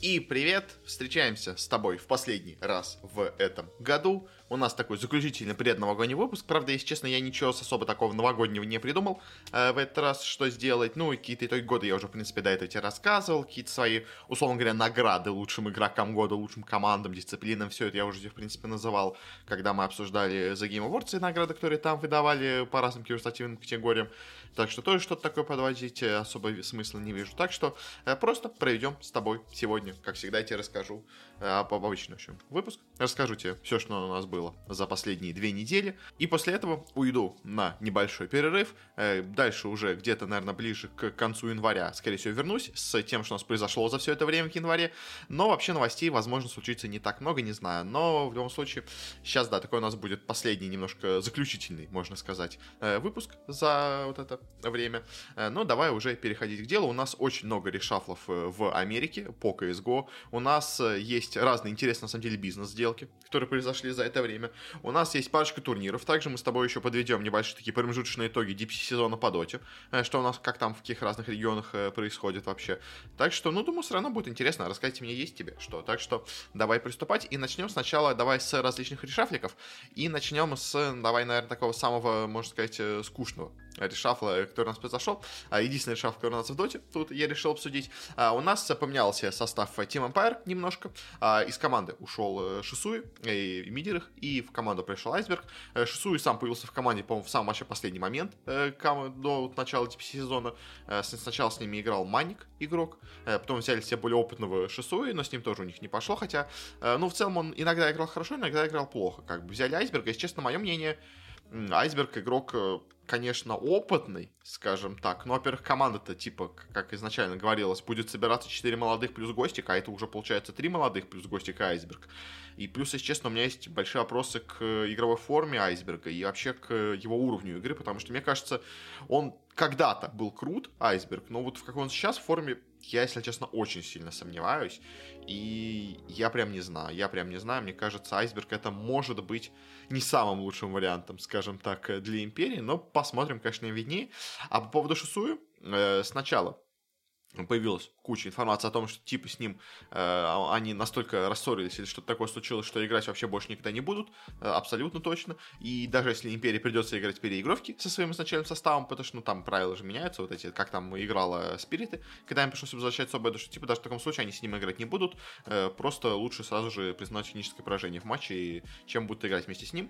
И привет! Встречаемся с тобой в последний раз в этом году. У нас такой заключительный предновогодний выпуск. Правда, если честно, я ничего особо такого новогоднего не придумал в этот раз, что сделать. Ну, и какие-то итоги года я уже, в принципе, до этого тебе рассказывал. Какие-то свои, условно говоря, награды лучшим игрокам года, лучшим командам, дисциплинам. Все это я уже, в принципе, называл, когда мы обсуждали The Game Awards и награды, которые там выдавали по разным киберспортивным категориям. Так что тоже что-то такое подводить особо смысла не вижу. Так что просто проведем с тобой сегодня, как всегда, я тебе расскажу об обычном выпуск. Расскажу тебе все, что у нас было за последние 2 недели. И после этого уйду на небольшой перерыв. Дальше уже где-то, наверное, ближе к концу января, скорее всего, вернусь с тем, что у нас произошло за все это время в январе. Но вообще новостей, возможно, случится не так много, не знаю. Но в любом случае, сейчас, да, такой у нас будет последний, немножко заключительный, можно сказать, выпуск за вот это время. Но давай уже переходить к делу. У нас очень много решафлов в Америке по CSGO. У нас есть разные интересные, на самом деле, бизнес-сделки, которые произошли за это время. У нас есть парочка турниров. Также мы с тобой еще подведем небольшие такие промежуточные итоги DPC-сезона по доте. Что у нас, как там, в каких разных регионах происходит вообще. Так что, ну, думаю, все равно будет интересно. Рассказать мне, есть тебе что. Так что давай приступать. И начнем сначала, давай с различных решафликов. И начнем с, давай, наверное, такого самого, можно сказать, скучного решафла, который у нас произошел. Единственный решафл, который у нас в доте, тут я решил обсудить. У нас поменялся состав Team Empire немножко. Из команды ушел Шисуи и Мидерих, и в команду пришел Айсберг. Шисуи сам появился в команде, по-моему, в самый вообще последний момент до начала сезона. Сначала с ними играл Маник, игрок, потом взяли себе более опытного Шисуи, но с ним тоже у них не пошло, хотя, ну, в целом он иногда играл хорошо, иногда играл плохо. Как бы взяли Айсберга, если честно, мое мнение, Айсберг игрок, конечно, опытный, скажем так, но, во-первых, команда-то, типа, как изначально говорилось, будет собираться 4 молодых плюс Гостик, а это уже, получается, 3 молодых плюс Гостик и Айсберг. И плюс, если честно, у меня есть большие вопросы к игровой форме Айсберга и вообще к его уровню игры, потому что, мне кажется, он когда-то был крут, Айсберг, но вот в какой он сейчас форме, я, если честно, очень сильно сомневаюсь. И я прям не знаю. Мне кажется, Айсберг это может быть не самым лучшим вариантом, скажем так, для Империи. Но посмотрим, конечно, виднее. А по поводу Шисуи, сначала появилась куча информации о том, что типа с ним они настолько рассорились или что-то такое случилось, что играть вообще больше никогда не будут, абсолютно точно. И даже если Империи придется играть переигровки со своим изначальным составом, потому что, ну, там правила же меняются, вот эти, как там играла Спириты, когда им пришлось возвращать Собеду, что типа даже в таком случае они с ним играть не будут, просто лучше сразу же признать финическое поражение в матче, чем будут играть вместе с ним.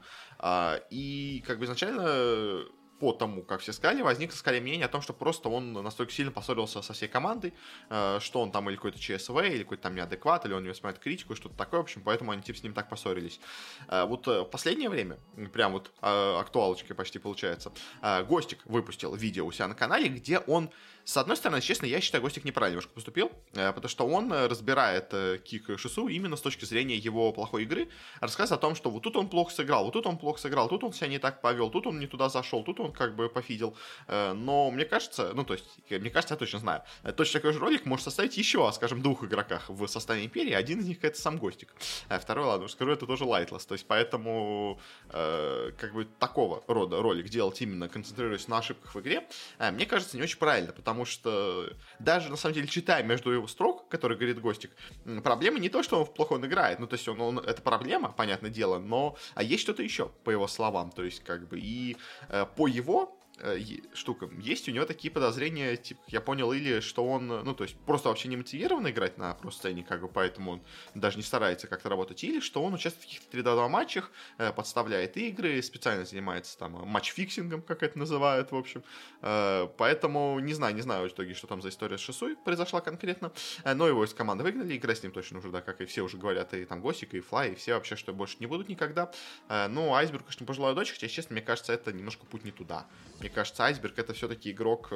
И как бы изначально, по тому, как все сказали, возникло скорее мнение о том, что просто он настолько сильно поссорился со всей командой, что он там или какой-то ЧСВ, или какой-то там неадекват, или он не воспринимает критику, что-то такое, в общем, поэтому они типа с ним так поссорились. Вот в последнее время, прям вот актуалочкой почти получается, Гостик выпустил видео у себя на канале, где он, с одной стороны, честно, я считаю, Гостик неправильно немножко поступил, потому что он разбирает кик Шису именно с точки зрения его плохой игры, рассказывает о том, что вот тут он плохо сыграл, вот тут он плохо сыграл, тут он себя не так повел, тут он не туда зашел, тут он как бы пофидел. Но мне кажется, ну, то есть, мне кажется, я точно знаю, точно такой же ролик может составить еще, скажем, 2 игроках в составе Империи. Один из них это сам Гостик. Второй, ладно, скажу, это тоже Лайтлесс. То есть, поэтому, как бы, такого рода ролик делать именно концентрируясь на ошибках в игре, мне кажется, не очень правильно, потому что даже, на самом деле, читая между его строк, который говорит Гостик, проблема не то, что он плохо играет, ну, то есть, это проблема, понятное дело, но есть что-то еще, по его словам, то есть, как бы, и по его штукам есть у него такие подозрения, типа, я понял, или что он, ну, то есть, просто вообще не мотивирован играть на просто-сцене, как бы, поэтому он даже не старается как-то работать, или что он участвует в каких-то 3-2 матчах, подставляет игры, специально занимается там матч-фиксингом, как это называют, в общем, поэтому не знаю в итоге, что там за история с Шисуи произошла конкретно, но его из команды выгнали, играть с ним точно уже, да, как и все уже говорят, и там Гостик, и Флай, и все вообще, что больше не будут никогда, ну, Айсберг, конечно, пожелаю дочь, хотя, честно, мне кажется, это немножко путь не туда. Мне кажется, Айсберг это все-таки игрок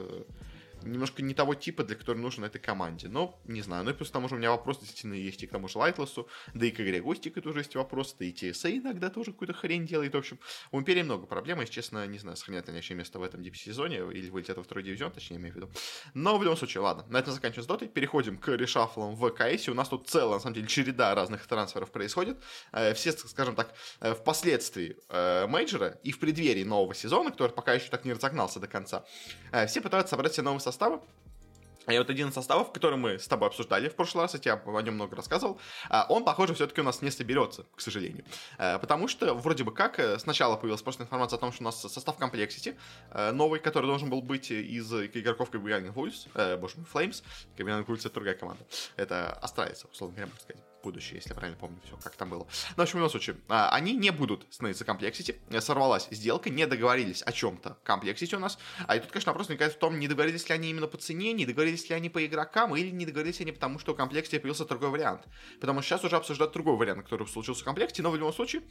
немножко не того типа, для которого нужен этой команде. Но, не знаю, ну и плюс к тому же у меня вопросы действительно есть и к тому же Лайтлессу, да и к игре Гостика тоже есть вопросы, да и TSA иногда тоже какую-то хрень делает. В общем, у Империи много проблем, если честно, не знаю, сохранят они еще место в этом DPC-сезоне или вылетят во второй дивизион, точнее, имею в виду. Но в любом случае, ладно, на этом заканчиваем с дотой, переходим к решафлам в КС. У нас тут целая, на самом деле, череда разных трансферов происходит. Все, скажем так, впоследствии мейджора и в преддверии нового сезона, который пока еще так не разогнался до конца, все пытаются собрать себе новые составы. И вот один из составов, который мы с тобой обсуждали в прошлый раз, я тебе о нем много рассказывал, он, похоже, все-таки у нас не соберется, к сожалению. Потому что вроде бы как сначала появилась просто информация о том, что у нас состав Complexity новый, который должен был быть из игроков Caribbean Wolves, Flames. Caribbean Wolves — это другая команда. Это Астралица, условно говоря, можно сказать. Будущее, если я правильно помню все, как там было. Но, в общем, в любом случае, они не будут становиться Complexity. Сорвалась сделка, не договорились о чем-то Complexity у нас. И тут, конечно, вопрос возникает в том, не договорились ли они именно по цене, не договорились ли они по игрокам, или не договорились они потому, что у Complexity появился другой вариант. Потому что сейчас уже обсуждают другой вариант, который случился в Complexity, но в любом случае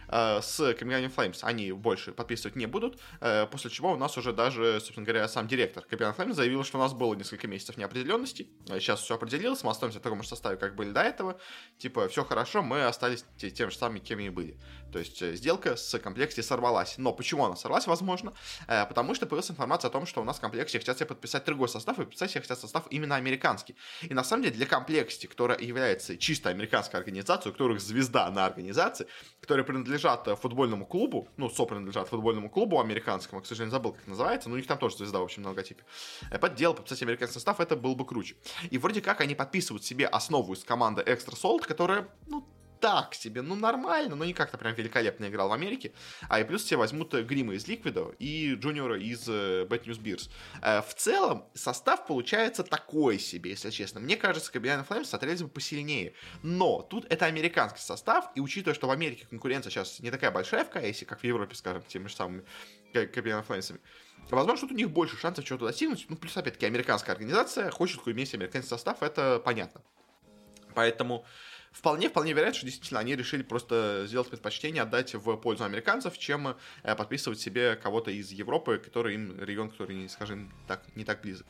с Caribbean Flames они больше подписывать не будут, после чего у нас уже даже, собственно говоря, сам директор Caribbean Flames заявил, что у нас было несколько месяцев неопределенности. Сейчас все определилось, мы остаемся в таком же составе, как были до этого. Типа, все хорошо, мы остались тем же самыми, кем и были. То есть, сделка с Complexity сорвалась. Но почему она сорвалась, возможно? Потому что появилась информация о том, что у нас в Complexity хотят себе подписать другой состав, и подписать себе хотят состав именно американский. И на самом деле для Complexity, которая является чисто американской организацией, у которых звезда на организации, которые принадлежат футбольному клубу, сопринадлежат футбольному клубу американскому, к сожалению, забыл, как называется, но у них там тоже звезда, в общем, на логотипе. Подписать американский состав, это было бы круче. И вроде как они подписывают себе основу из команды Extra Salt, которая, так себе, нормально, но не как-то прям великолепно играл в Америке. И плюс все возьмут Грима из Ликвида и Джуниора из Bad News Bears. В целом, состав получается такой себе, если честно. Мне кажется, Caribbean Flames смотрелись бы посильнее. Но тут это американский состав, и учитывая, что в Америке конкуренция сейчас не такая большая в КС, как в Европе, скажем, теми же самыми Caribbean Flames, возможно, что у них больше шансов чего-то достигнуть. Плюс, опять-таки, американская организация хочет вместе американский состав, это понятно. Поэтому вполне вероятно, что действительно они решили просто сделать предпочтение, отдать в пользу американцев, чем подписывать себе кого-то из Европы, который им регион, который, скажем так, не так близок.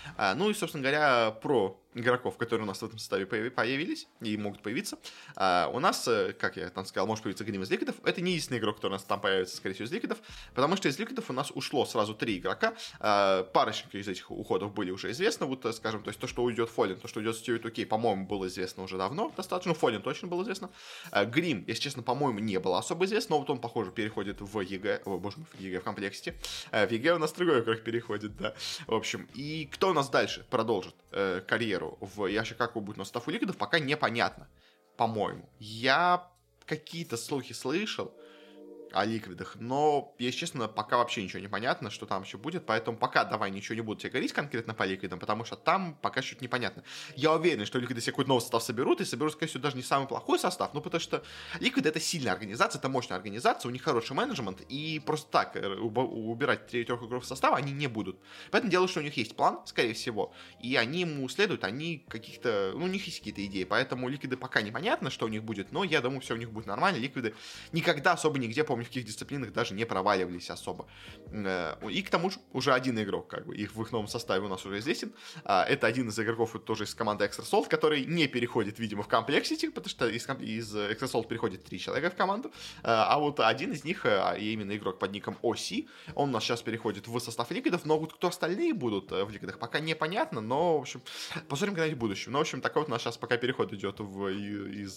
И, собственно говоря, про игроков, которые у нас в этом составе появились и могут появиться. У нас, как я там сказал, может появиться Грим из Ликвидов. Это не единственный игрок, который у нас там появится, скорее всего, из Ликвидов, потому что из Ликвидов у нас ушло сразу 3 игрока. Парочка из этих уходов были уже известны. Вот, скажем, то есть то, что уйдет Фоллин, то, что уйдет Стюарт Окей, по-моему, было известно уже давно достаточно. Фоллин точно было известно. Грим, если честно, по-моему, не было особо известно, но вот он, похоже, переходит в ЕГЭ. О, боже мой, в ЕГЭ в Complexity. В ЕГЭ у нас другой игрок переходит, да. В общем, и кто у нас дальше продолжит карьеру в Яше, как будет на состав у Ликвидов, пока непонятно, по-моему. Я какие-то слухи слышал о Ликвидах, но, если честно, пока вообще ничего не понятно, что там еще будет, поэтому пока давай ничего не буду тебе говорить конкретно по Ликвидам, потому что там пока что-то непонятно. Я уверен, что Ликвиды себе какой-то новый состав соберут, и соберут, скорее всего, даже не самый плохой состав, потому что Ликвиды — это сильная организация, это мощная организация, у них хороший менеджмент, и просто так убирать 3 игроков состава они не будут. Поэтому дело, что у них есть план, скорее всего, и они ему следуют, они каких-то, у них есть какие-то идеи, поэтому Ликвиды пока непонятно, что у них будет, но я думаю, все у них будет нормально. Ликвиды никогда особо нигде, помню, в каких дисциплинах даже не проваливались особо. И к тому же уже один игрок, как бы, их в их новом составе у нас уже известен. Это один из игроков тоже из команды Extra Salt, который не переходит, видимо, в Complexity, потому что из Extra Salt переходит 3 человека в команду. А вот один из них, именно игрок под ником OC, он у нас сейчас переходит в состав Ликвидов, но вот кто остальные будут в Ликвидах, пока непонятно, но, в общем, посмотрим когда-нибудь в будущем. Но, в общем, такой вот у нас сейчас пока переход идет из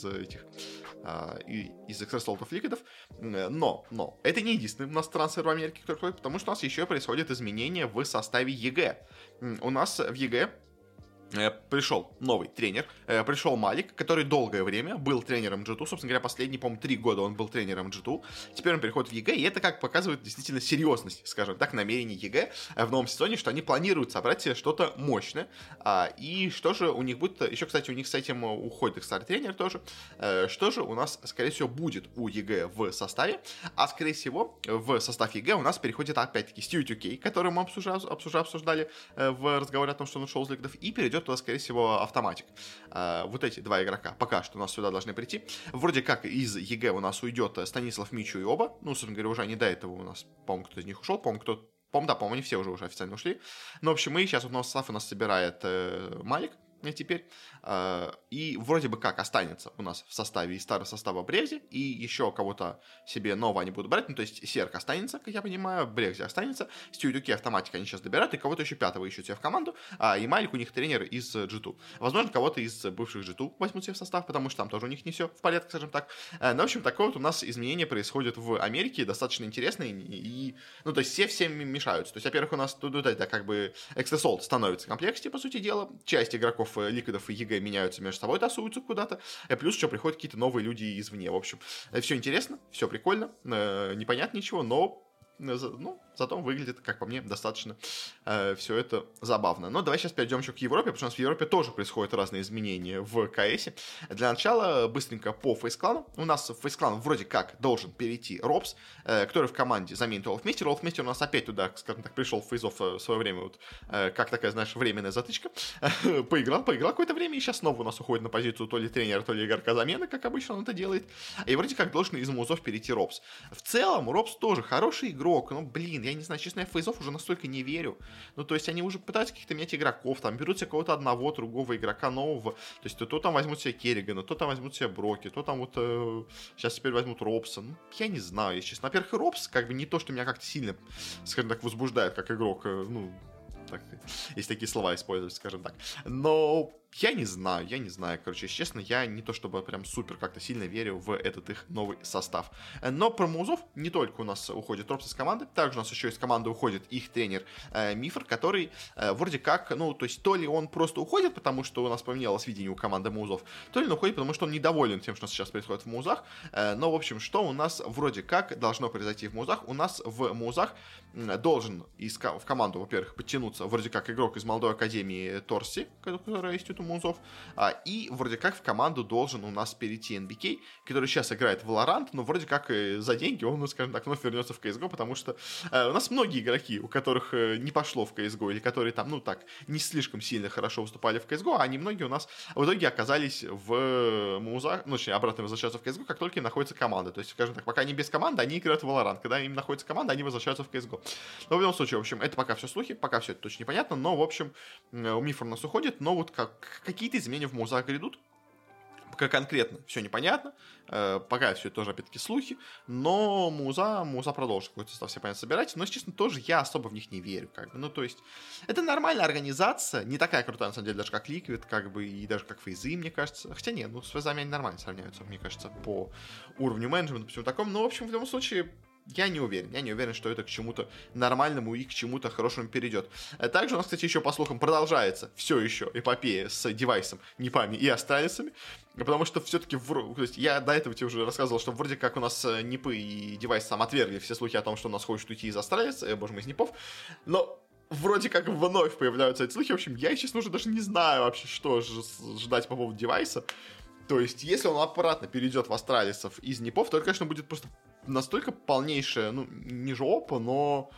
Extra Salt в Ликвидов. Но это не единственный у нас трансфер в Америке, который происходит, потому что у нас еще происходят изменения в составе ЕГЭ. У нас в ЕГЭ пришел новый тренер, пришел Малик, который долгое время был тренером G2, собственно говоря, последние, по-моему, 3 года он был тренером G2, теперь он переходит в ЕГЭ, и это как показывает действительно серьезность, скажем так, намерений ЕГЭ в новом сезоне, что они планируют собрать себе что-то мощное, и что же у них будет, еще, кстати, у них с этим уходит их старый тренер тоже, что же у нас, скорее всего, будет у ЕГЭ в составе, а, скорее всего, в состав ЕГЭ у нас переходит, опять-таки, Стюарт Окей, который мы обсуждали в разговоре о том, что он ушел из Ликвидов, и перейдет туда, скорее всего, Автоматик. Вот эти 2 игрока пока что у нас сюда должны прийти. Вроде как из ЕГЭ у нас уйдет Станислав, Мичу и Оба. Собственно говоря, уже они до этого у нас, по-моему, кто из них ушел, по-моему, они все уже официально ушли. Но, в общем, мы сейчас вот новый состав у нас собирает Малик. теперь. И вроде бы как останется у нас в составе из старого состава Брекзи, и еще кого-то себе нового они будут брать. Ну, то есть Серк останется, как я понимаю, Брекзи останется, Стюдюки автоматика они сейчас добирают, и кого-то еще пятого ищут себе в команду, и Малик у них тренер из G2. Возможно, кого-то из бывших G2 возьмут себе в состав, потому что там тоже у них не все в порядке, скажем так. Но, в общем, такое вот у нас изменение происходит в Америке, достаточно интересное, ну, то есть все всем мешаются. То есть, во-первых, у нас тут это как бы Extra становится в комплекте, по сути дела. Часть игроков Ликвидов и ЕГЭ меняются между собой, тасуются куда-то. Плюс еще приходят какие-то новые люди извне. В общем, все интересно, все прикольно, непонятно ничего, но зато выглядит, как по мне, достаточно все это забавно. Но давай сейчас перейдем еще к Европе, потому что у нас в Европе тоже происходят разные изменения в КСе. Для начала быстренько по фейс-клану. У нас в фейс-клан вроде как должен перейти Робс, который в команде заменит Олафмейстер. Олафмейстер у нас опять туда, скажем так, пришел в фейзов в свое время, вот, как такая, знаешь, временная затычка. Поиграл какое-то время, и сейчас снова у нас уходит на позицию то ли тренера, то ли игрока замены, как обычно он это делает. И вроде как должен из музов перейти Робс. В целом, Робс тоже хороший игрок, но, блин, я не знаю, честно, я в фейзов уже настолько не верю. Ну, то есть они уже пытаются каких-то менять игроков, там, берут себе кого-то одного, другого игрока нового. То есть то там возьмут себе Керригана, то там возьмут себе Броки, то там вот сейчас теперь возьмут Робса. Ну, я не знаю, если честно. Во-первых, Робс, как бы не то, что меня как-то сильно, скажем так, возбуждает, как игрок, так, если такие слова использовать, скажем так. Но я не знаю, короче, если честно, я не то чтобы прям супер как-то сильно верю в этот их новый состав. Но про музов не только у нас уходит Робс из команды, также у нас еще из команды уходит их тренер Мифр, который вроде как, ну, то есть то ли он просто уходит, потому что у нас поменялось видение у команды музов, то ли он уходит, потому что он недоволен тем, что сейчас происходит в музах. Но, в общем, что у нас вроде как должно произойти в музах? У нас в музах должен в команду, во-первых, подтянуться вроде как игрок из молодой академии Торси, которая есть у музов, и вроде как в команду должен у нас перейти НБК, который сейчас играет в Valorant, но вроде как за деньги он, ну, скажем так, вновь вернется в CSGO, потому что у нас многие игроки, у которых не пошло в CSGO, или которые там, ну так, не слишком сильно хорошо выступали в CSGO, они многие у нас в итоге оказались в музах, ну, точнее, обратно возвращаются в CSGO, как только им находится команда. То есть, скажем так, пока они без команды, они играют в Valorant. Когда им находится команда, они возвращаются в CSGO. Но в любом случае, в общем, это пока все слухи, пока все это точно непонятно, но, в общем, у Мифра у нас уходит, но вот какие-то изменения в музах грядут. Пока конкретно все непонятно, пока все это тоже, опять-таки, слухи, но муза продолжит какой-то состав, все понятно, собирать, но, если честно, тоже я особо в них не верю, как бы, ну, то есть, это нормальная организация, не такая крутая, на самом деле, даже как Liquid, как бы, и даже как фейзы, мне кажется, хотя нет, ну, с фейзами они нормально сравняются, мне кажется, по уровню менеджмента, по всему такому, но, в общем, в любом случае, я не уверен, что это к чему-то нормальному и к чему-то хорошему перейдет. Также у нас, кстати, еще, по слухам, продолжается все еще эпопея с девайсом, Нипами и Астралисами, потому что все-таки, то есть я до этого тебе уже рассказывал, что вроде как у нас Нипы и девайс сам отвергли все слухи о том, что у нас хочет уйти из Астралиса, боже мой, из Нипов, но вроде как вновь появляются эти слухи. В общем, я, честно, уже даже не знаю вообще, что ждать по поводу девайса. То есть, если он обратно перейдет в Астралисов из Нипов, то это, конечно, будет просто настолько полнейшая, ну, не жопа, но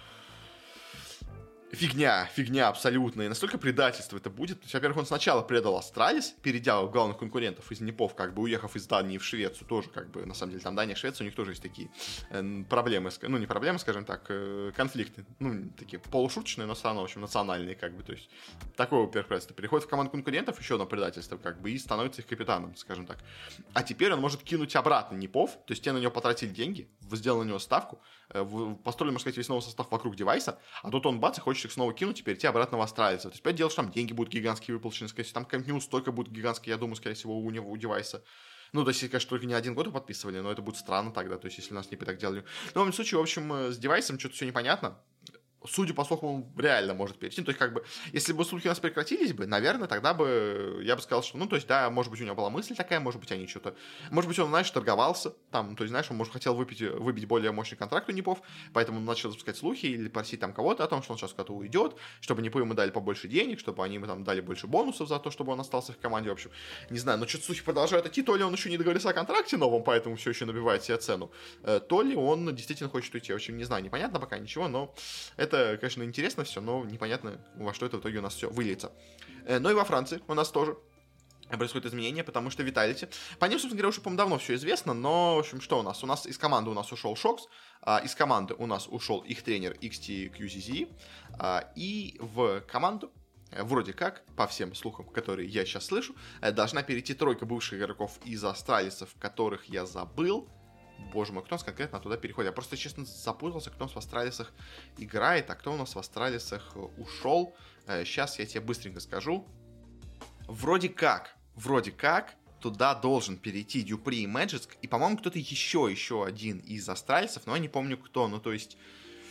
фигня абсолютная, и настолько предательство это будет. То есть, во-первых, он сначала предал Астралис, перейдя в главных конкурентов из Нипов, как бы уехав из Дании в Швецию, тоже, как бы, на самом деле, там Дания, Швеция, у них тоже есть такие проблемы, ну, не проблемы, скажем так, конфликты, ну, такие полушуточные, но все равно, в общем, национальные, как бы, то есть, такое, во-первых, предательство. Переходит в команду конкурентов, еще одно предательство, как бы, и становится их капитаном, скажем так. А теперь он может кинуть обратно Нипов, то есть, те на него потратили деньги, сделали на него ставку, построили, можно сказать, весь новый состав вокруг девайса, а тут он бац и хочет их снова кинуть и перейти обратно в Астралиса. То есть, опять дело, что там деньги будут гигантские выплачены, скорее всего, там какая-нибудь неустойка будет гигантская, я думаю, скорее всего, у него, у девайса. Ну, то есть, если, конечно, только не один год подписывали, но это будет странно тогда, то есть, если нас не так делали. Но в любом случае, в общем, с девайсом что-то все непонятно. Судя по слухам, он реально может перейти. То есть, как бы, если бы слухи у нас прекратились бы, наверное, тогда бы я бы сказал, что, ну, то есть, да, может быть, у него была мысль такая, может быть, они что-то... Может быть, он, знаешь, торговался, там, то есть, знаешь, он, может, хотел выбить более мощный контракт у Нипов, поэтому он начал запускать слухи или просить там кого-то о том, что он сейчас куда-то уйдет, чтобы Нипы ему дали побольше денег, чтобы они ему там дали больше бонусов за то, чтобы он остался в команде, в общем. Не знаю, но что-то слухи продолжают идти, то ли он еще не договорился о контракте новом, поэтому все еще набивает себе цену, то ли он действительно хочет уйти. В общем, не знаю, непонятно пока ничего, но это, конечно, интересно все, но непонятно, во что это в итоге у нас все выльется. Но и во Франции у нас тоже происходит изменения, потому что Vitality, по ним, собственно говоря, уже, по-моему, давно все известно, но, в общем, что у нас? У нас из команды у нас ушел Шокс, из команды у нас ушел их тренер XTQZZ, и в команду вроде как, по всем слухам, которые я сейчас слышу, должна перейти тройка бывших игроков из Астралисов, которых я забыл. Боже мой, кто у нас конкретно туда переходит? Я просто, честно, запутался, кто у нас в Астралисах играет, а кто у нас в Астралисах ушел. Сейчас я тебе быстренько скажу. Вроде как, туда должен перейти Дюпри и Мэджиск, и, по-моему, кто-то еще один из Астралисов, но я не помню кто, ну, то есть...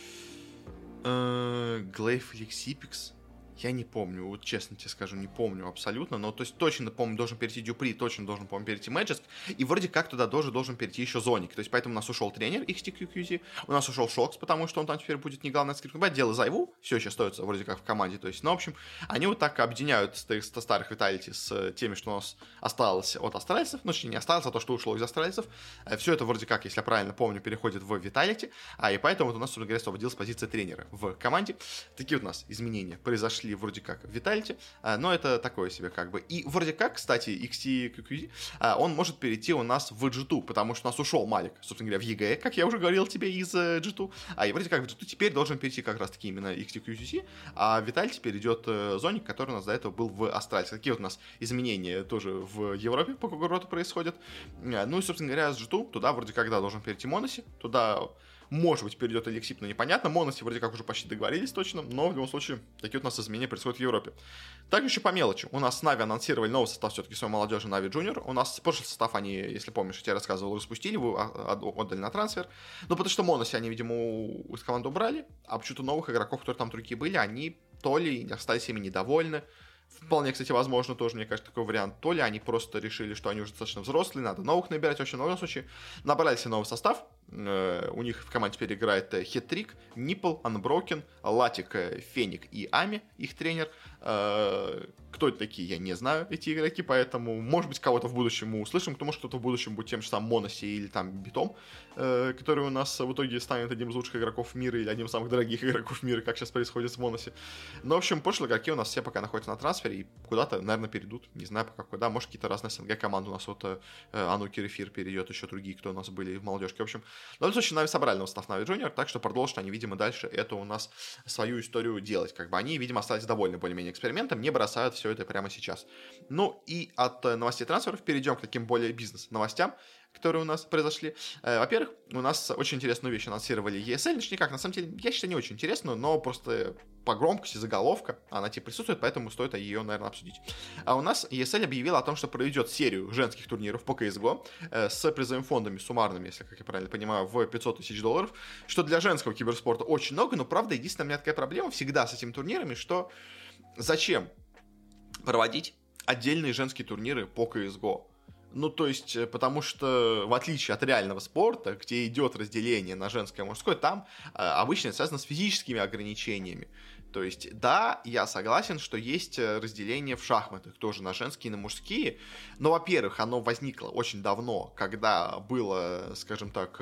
Глейв или Ксипикс? Я не помню, вот честно тебе скажу, не помню абсолютно, но то есть точно, помню, должен перейти Дюпри, точно должен, по-моему, перейти Мэджиск, и вроде как туда должен перейти еще Зоник, то есть поэтому у нас ушел тренер XTQQZ, у нас ушел Шокс, потому что он там теперь будет не главный скрипт, дело Зайву, все еще остается вроде как в команде, то есть, ну, в общем, они вот так объединяют старых Виталити с теми, что у нас осталось от Астралисов, ну, точнее, не осталось, а то, что ушло из Астралисов, все это вроде как, если я правильно помню, переходит в Виталити, и поэтому вот у нас, собственно говоря, освободилась позиция тренера в команде. Такие вот у нас изменения произошли вроде как в Виталити, но это такое себе как бы. И вроде как, кстати, XTQQZ, он может перейти у нас в G2, потому что у нас ушел Малик, собственно говоря, в ЕГЭ, как я уже говорил тебе, из G2, и вроде как в G2 теперь должен перейти как раз-таки именно XTQZ, а в Виталити перейдет Зоник, который у нас до этого был в Астралисе. Такие вот у нас изменения тоже в Европе по Кругороту происходят. Ну и, собственно говоря, с G2 туда вроде как, да, должен перейти Моноси, туда... Может быть, перейдет Эликсип, но непонятно. Моноси вроде как уже почти договорились точно, но в любом случае такие вот у нас изменения происходят в Европе. Так еще по мелочи. У нас Нави анонсировали новый состав все-таки своей молодежи Нави Junior. У нас прошлый состав они, если помнишь, я тебе рассказывал, распустили, его отдали на трансфер. Ну, потому что Моноси они, видимо, из команды убрали, а почему-то новых игроков, которые там другие были, они то ли остались ими недовольны. Вполне, кстати, возможно, тоже, мне кажется, такой вариант. То ли они просто решили, что они уже достаточно взрослые, надо новых набирать. В общем, в любом случае, набрали себе новый состав. У них в команде теперь играет Хеттрик, Ниппл, Unbroken, Латик, Феник и Ами, их тренер. Кто это такие, я не знаю, эти игроки, поэтому, может быть, кого-то в будущем мы услышим, может, кто-то в будущем будет тем же самым Моноси или там Битом, который у нас в итоге станет одним из лучших игроков мира или одним из самых дорогих игроков мира, как сейчас происходит с Моноси. Но, в общем, прошлые игроки у нас все пока находятся на трансфере и куда-то, наверное, перейдут, не знаю пока куда, может, какие-то разные СНГ команды у нас, вот Ануки Рефир перейдет, еще другие, кто у нас были в молодежке, в общем. Но, в любом случае, Нави собрали новый состав Нави Junior, так что продолжат они, видимо, дальше это у нас свою историю делать, как бы они, видимо, остались довольны более-менее экспериментом, не бросают все это прямо сейчас. Ну и от новостей трансферов перейдем к таким более бизнес-новостям, которые у нас произошли. Во-первых, у нас очень интересную вещь анонсировали ESL, точнее как, на самом деле, я считаю, не очень интересную, но просто по громкости заголовка она типа присутствует, поэтому стоит ее, наверное, обсудить. А у нас ESL объявила о том, что проведет серию женских турниров по CSGO с призовыми фондами суммарными, если, как я правильно понимаю, в $500 тысяч, что для женского киберспорта очень много, но, правда, единственная у меня такая проблема всегда с этими турнирами, что зачем проводить отдельные женские турниры по CSGO? Ну, то есть, потому что, в отличие от реального спорта, где идет разделение на женское и мужское, там обычно это связано с физическими ограничениями. То есть, да, я согласен, что есть разделение в шахматах тоже на женские и на мужские, но, во-первых, оно возникло очень давно, когда было, скажем так,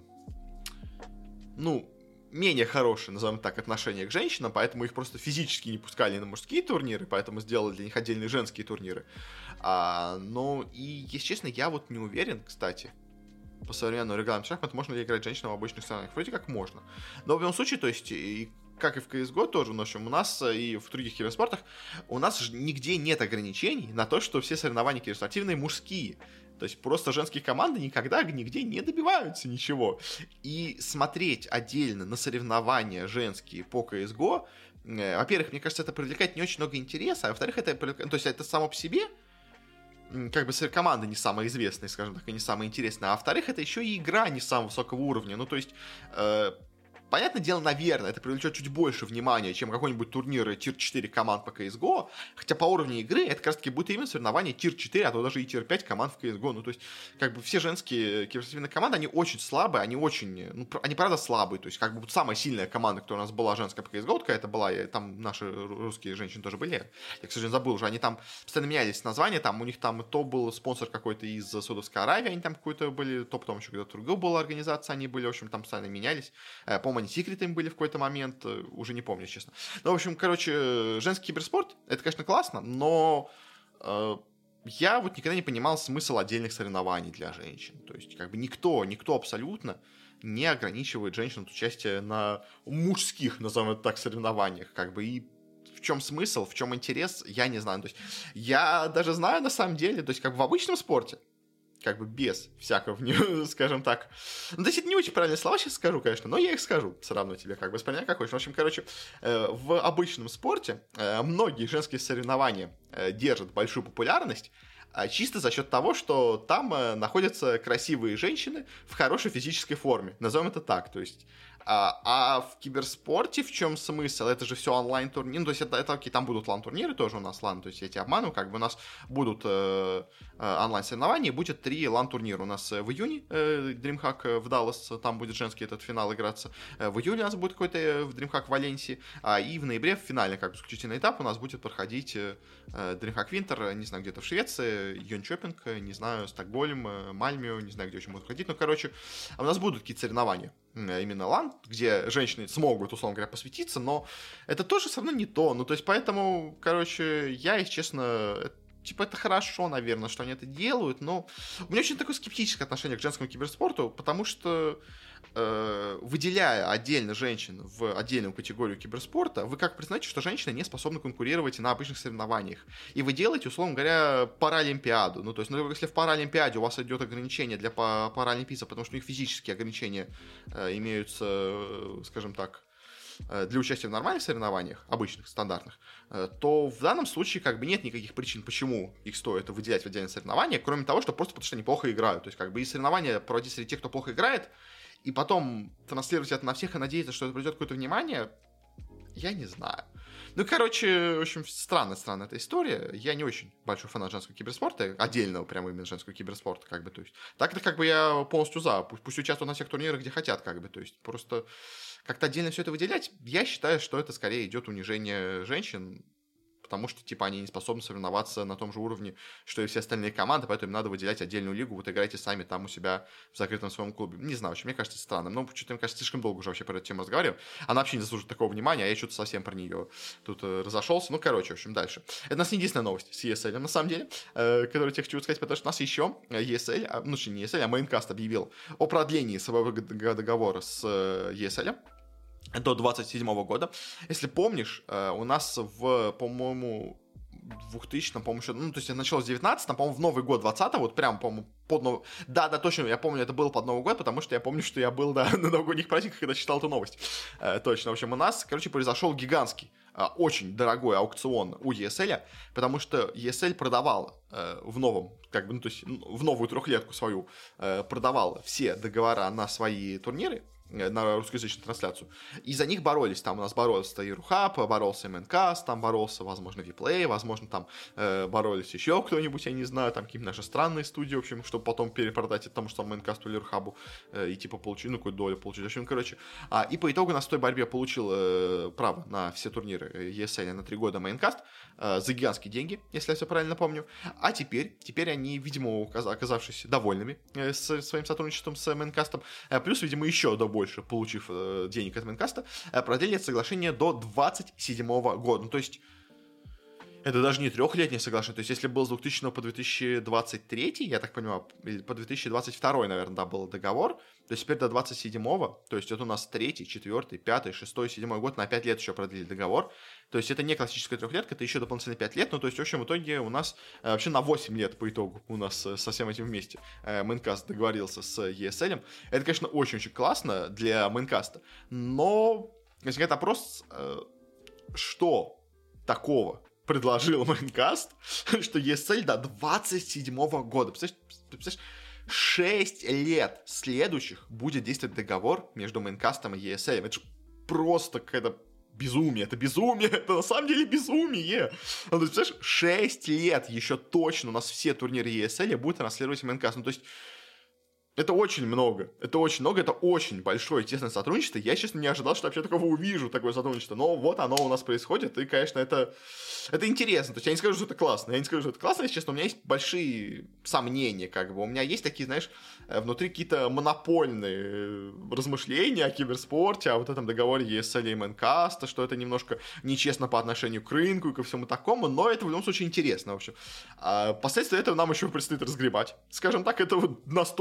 менее хорошее, назовем так, отношение к женщинам, поэтому их просто физически не пускали на мужские турниры, поэтому сделали для них отдельные женские турниры. Ну, и, если честно, я вот не уверен, кстати, по современному регламенту шахмат, можно ли играть женщинам в обычных соревнованиях. Вроде как можно. Но в любом случае, то есть, как и в CSGO тоже, в общем, у нас и в других киберспортах, у нас же нигде нет ограничений на то, что все соревнования киберспортивные мужские. То есть просто женские команды никогда нигде не добиваются ничего. И смотреть отдельно на соревнования женские по CSGO, во-первых, мне кажется, это привлекает не очень много интереса, а во-вторых, то есть это само по себе как бы команда не самая известная, скажем так, и не самая интересная, а во-вторых, это еще и игра не самого высокого уровня. Ну, то есть, понятное дело, наверное, это привлечет чуть больше внимания, чем какой-нибудь турнир тир-4 команд по CSGO, хотя по уровню игры это как раз таки будет именно соревнование тир-4, а то даже и тир-5 команд в CSGO. Ну, то есть, как бы все женские киберспортивные команды, они очень слабые, они правда слабые, то есть, как бы вот самая сильная команда, которая у нас была женская по CSGO, какая-то была, там наши русские женщины тоже были, я, к сожалению, забыл уже, они там постоянно менялись названия, там у них там то был спонсор какой-то из Саудовской Аравии, они там какой-то были, то потом еще где-то другая была организация, они были, в общем, там постоянно менялись, по-моему, секретами были в какой-то момент, уже не помню, честно. Ну, в общем, короче, женский киберспорт, это, конечно, классно, но я вот никогда не понимал смысл отдельных соревнований для женщин. То есть, как бы никто абсолютно не ограничивает женщин от участия на мужских, назовем это так, соревнованиях. Как бы и чем смысл, в чем интерес, я не знаю. То есть я даже знаю на самом деле, то есть как в обычном спорте, как бы без всякого, скажем так. Ну, то есть это не очень правильные слова сейчас скажу, конечно, но я их скажу все равно тебе, как бы, воспринимай как хочешь. В общем, короче, в обычном спорте многие женские соревнования держат большую популярность, чисто за счет того, что там находятся красивые женщины в хорошей физической форме. Назовем это так, то есть... А в киберспорте в чем смысл? Это же все онлайн-турниры. Ну, то есть это окей, там будут лан-турниры тоже у нас, то есть я тебя обманываю, как бы у нас будут онлайн-соревнования, будет 3 лан-турнира. У нас в июне DreamHack в Даллас, там будет женский этот финал играться. В июле у нас будет какой-то в DreamHack в Валенсии. И в ноябре в финале, как бы, заключительный этап у нас будет проходить DreamHack Winter, не знаю, где-то в Швеции, Йончопинг, не знаю, Стокгольм, Мальмё, не знаю, где очень будут ходить. Ну, короче, у нас будут какие-то соревнования. Именно лан, где женщины смогут, условно говоря, посвятиться, но это тоже все равно не то. Ну, то есть, поэтому, короче, я, если честно, типа, это хорошо, наверное, что они это делают, но у меня очень такое скептическое отношение к женскому киберспорту, потому что выделяя отдельно женщин в отдельную категорию киберспорта, вы как признаете, что женщины не способны конкурировать на обычных соревнованиях. И вы делаете, условно говоря, паралимпиаду. Ну, то есть, ну, если в паралимпиаде у вас идет ограничение для паралимпийцев, потому что у них физические ограничения имеются, скажем так, для участия в нормальных соревнованиях, обычных, стандартных, то в данном случае как бы нет никаких причин, почему их стоит выделять в отдельные соревнования, кроме того, что просто потому что они плохо играют. То есть как бы и соревнования проводить среди тех, кто плохо играет, и потом транслировать это на всех и надеяться, что это придет какое-то внимание, я не знаю. Ну, короче, в общем, странная эта история. Я не очень большой фанат женского киберспорта, отдельного прямо именно женского киберспорта, как бы, то есть. Так-то как бы я полностью за, пусть участвуют на всех турнирах, где хотят, как бы, то есть. Просто как-то отдельно все это выделять, я считаю, что это скорее идет унижение женщин, потому что, типа, они не способны соревноваться на том же уровне, что и все остальные команды, поэтому им надо выделять отдельную лигу, вот играйте сами там у себя в закрытом своем клубе. Не знаю, вообще, мне кажется, это странно, но что-то, мне кажется, слишком долго уже вообще про эту тему разговариваем. Она вообще не заслуживает такого внимания, а я что-то совсем про нее тут разошелся. Ну, короче, в общем, дальше. Это у нас не единственная новость с ESL, на самом деле, которую я хочу сказать, потому что у нас еще ESL, ну, не ESL, а Maincast объявил о продлении своего договора с ESL до 27 года. Если помнишь, у нас по-моему, 2000, по-моему, еще, ну, то есть началось в 19-м, по-моему, в Новый год 20-го, вот прям, по-моему, под Новый... Да, точно, я помню, это было под Новый год, потому что я помню, что я был, да, на новогодних праздниках, когда читал эту новость. Точно, в общем, у нас, короче, произошел гигантский, очень дорогой аукцион у ESL, потому что ESL продавал в новом, как бы, ну, то есть в новую трехлетку свою, продавал все договора на свои турниры, на русскоязычную трансляцию. И за них боролись. Там у нас боролся Ирухаб, боролся Maincast, там боролся, возможно, Vplay, возможно, там боролись еще кто-нибудь, я не знаю, там какие-то наши странные студии, в общем, чтобы потом перепродать это тому, что там Maincast или Ирухабу и типа получить, ну, какую-то долю получить. В общем, короче. И по итогу у нас в той борьбе получил право на все турниры ESL на 3 года Maincast за гигантские деньги, если я все правильно помню. А теперь они, видимо, оказавшись довольными своим сотрудничеством с Maincast, плюс, видимо, еще больше получив денег от Maincast, продлили это соглашение до 27 года. Ну, то есть, это даже не трехлетнее соглашение. То есть, если был с 2000 по 2023, я так понимаю, или по 2022, наверное, да, был договор, то есть теперь до 27-го, то есть это у нас 3-й, 4-й, 5-й, 6-й, 7-й год, на 5 лет еще продлили договор. То есть это не классическая трехлетка, это еще дополнительно 5 лет. Ну, то есть, в общем, в итоге у нас вообще на 8 лет по итогу у нас со всем этим вместе Maincast договорился с ESL. Это, конечно, очень-очень классно для Maincast, но возникает вопрос, что такого предложил Maincast, что ESL до 27-го года. Представляешь, 6 лет следующих будет действовать договор между Maincast'ом и ESL. Это же просто какая-то безумие. Это на самом деле безумие. Ну, то есть, представляешь, 6 лет еще точно у нас все турниры ESL будут транслировать Maincast. Ну, то есть, это очень много, это очень большое тесное сотрудничество. Я, честно, не ожидал, что вообще такого увижу, такое сотрудничество. Но вот оно у нас происходит, и, конечно, это интересно. То есть я не скажу, что это классно. Если честно, у меня есть большие сомнения, как бы. У меня есть такие, знаешь, внутри какие-то монопольные размышления о киберспорте, о вот этом договоре ESL и Maincast, что это немножко нечестно по отношению к рынку и ко всему такому, но это в любом случае интересно, в общем. Последствия этого нам еще предстоит разгребать. Скажем так, это вот настолько долго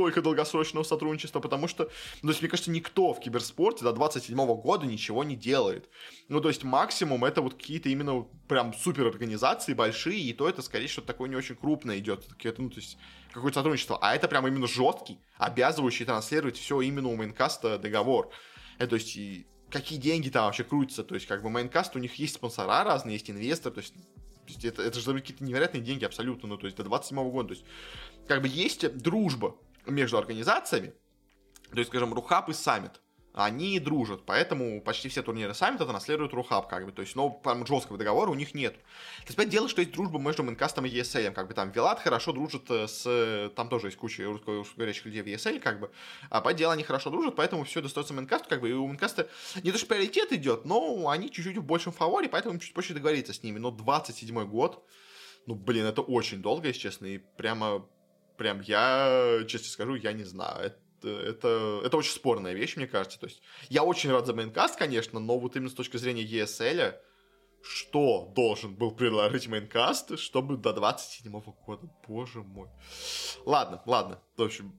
долгосрочного сотрудничества, потому что, ну, то есть, мне кажется, никто в киберспорте до 27 года ничего не делает. Ну, то есть, максимум это вот какие-то именно прям супер организации большие, и то это, скорее, что-то такое не очень крупное идет, ну, то есть, какое-то сотрудничество. А это прям именно жесткий, обязывающий транслировать все именно у мейнкаста договор. То есть, и какие деньги там вообще крутятся, то есть, как бы, мейнкаст, у них есть спонсора разные, есть инвесторы, то есть это же какие-то невероятные деньги абсолютно, ну, то есть, до 27 года, то есть, как бы, есть дружба между организациями, то есть, скажем, Рухаб и Саммит, они дружат, поэтому почти все турниры Саммита транслируют Рухаб, как бы, то есть, но прям жесткого договора у них нет. То есть, понятное дело, что есть дружба между Мейнкастом и ESL, как бы, там, Вилат хорошо дружит с, там тоже есть куча русскоговорящих людей в ESL, как бы, а понятное дело, они хорошо дружат, поэтому все достается Мейнкасту, как бы, и у Мейнкаста не то, что приоритет идет, но они чуть-чуть в большем фаворе, поэтому чуть проще договориться с ними, но 27-й год, ну, блин, это очень долго, если честно, и прям я, честно скажу, я не знаю, это очень спорная вещь, мне кажется. То есть, я очень рад за мейнкаст, конечно, но вот именно с точки зрения ESL, что должен был предложить мейнкаст, чтобы до 27-го года, боже мой. Ладно, в общем,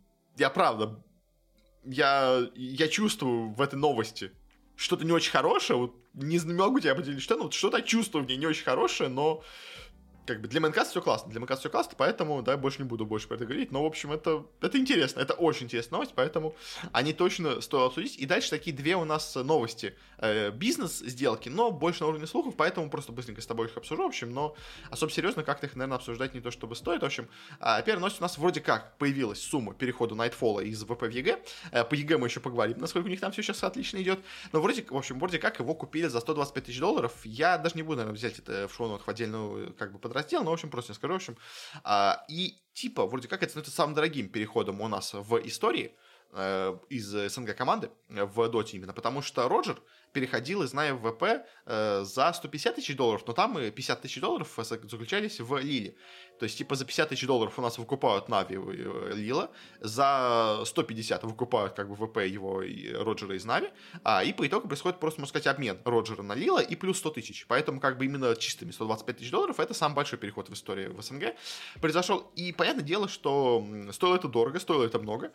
я чувствую в этой новости что-то не очень хорошее, вот не могу тебе определить, что, но вот что-то чувствую в ней не очень хорошее, но как бы для мейнкаста все классно, поэтому, да, больше не буду больше про это говорить, но, в общем, это интересно, это очень интересная новость, поэтому они точно стоит обсудить, и дальше такие две у нас новости, бизнес-сделки, но больше на уровне слухов, поэтому просто быстренько с тобой их обсужу, в общем, но особо серьезно как-то их, наверное, обсуждать не то чтобы стоит, в общем, первая новость у нас вроде как появилась сумма перехода Nightfall из ВП в ЕГЭ, по ЕГЭ мы еще поговорим, насколько у них там все сейчас отлично идет, но вроде как его купили за $125 тысяч, я даже не буду, наверное, взять это в шоу-нотах в отдельную, как бы, подраздел, но, в общем, просто не скажу, в общем. И, типа, вроде как это становится самым дорогим переходом у нас в истории из СНГ команды в доте именно, потому что Роджер переходил из Наи в ВП за $150 тысяч, но там и $50 тысяч заключались в Лиле. То есть, типа, за $50 тысяч у нас выкупают Нави Лила, за 150 выкупают, как бы, ВП его и Роджера из Нави, и по итогу происходит просто, можно сказать, обмен Роджера на Лила и плюс 100 тысяч. Поэтому, как бы, именно чистыми $125 тысяч это самый большой переход в истории в СНГ произошел. И, понятное дело, что стоило это дорого, стоило это много,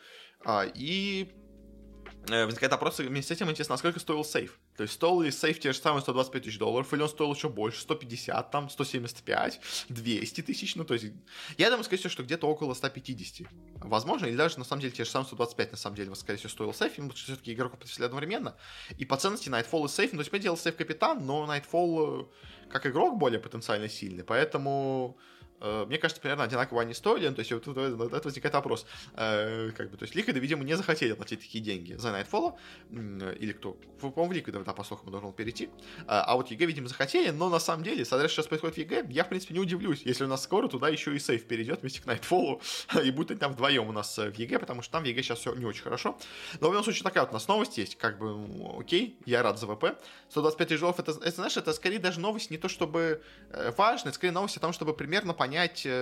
и возникает вопрос вместе с этим, интересно, насколько стоил сейф? То есть, стоил ли сейф те же самые $125 тысяч, или он стоил еще больше, 150, там, 175, 200 тысяч, ну, то есть, я думаю, скорее всего, что где-то около 150. Возможно, или даже, на самом деле, те же самые 125, на самом деле, скорее всего, стоил сейф, потому что все-таки игроков притесли одновременно, и по ценности Nightfall и сейф, ну, то есть, делал сейф капитан, но Nightfall как игрок более потенциально сильный, поэтому... Мне кажется, примерно одинаково они стоили, то есть вот это возникает вопрос, как бы, то есть Liquid, видимо, не захотели платить такие деньги за Nightfall, или кто, по-моему, в Liquid, да, по слухам, должен был перейти, а вот ЕГЭ, видимо, захотели, но на самом деле, смотря что сейчас происходит в ЕГЭ, я, в принципе, не удивлюсь, если у нас скоро туда еще и сейф перейдет вместе к Nightfall, и будет там вдвоем у нас в ЕГЭ, потому что там в ЕГЭ сейчас все не очень хорошо, но в любом случае такая вот у нас новость есть, как бы, окей, я рад за ВП, $125 тысяч, это, знаешь, это скорее даже новость не то чтобы важная, это скорее новость о том, чтобы примерно понять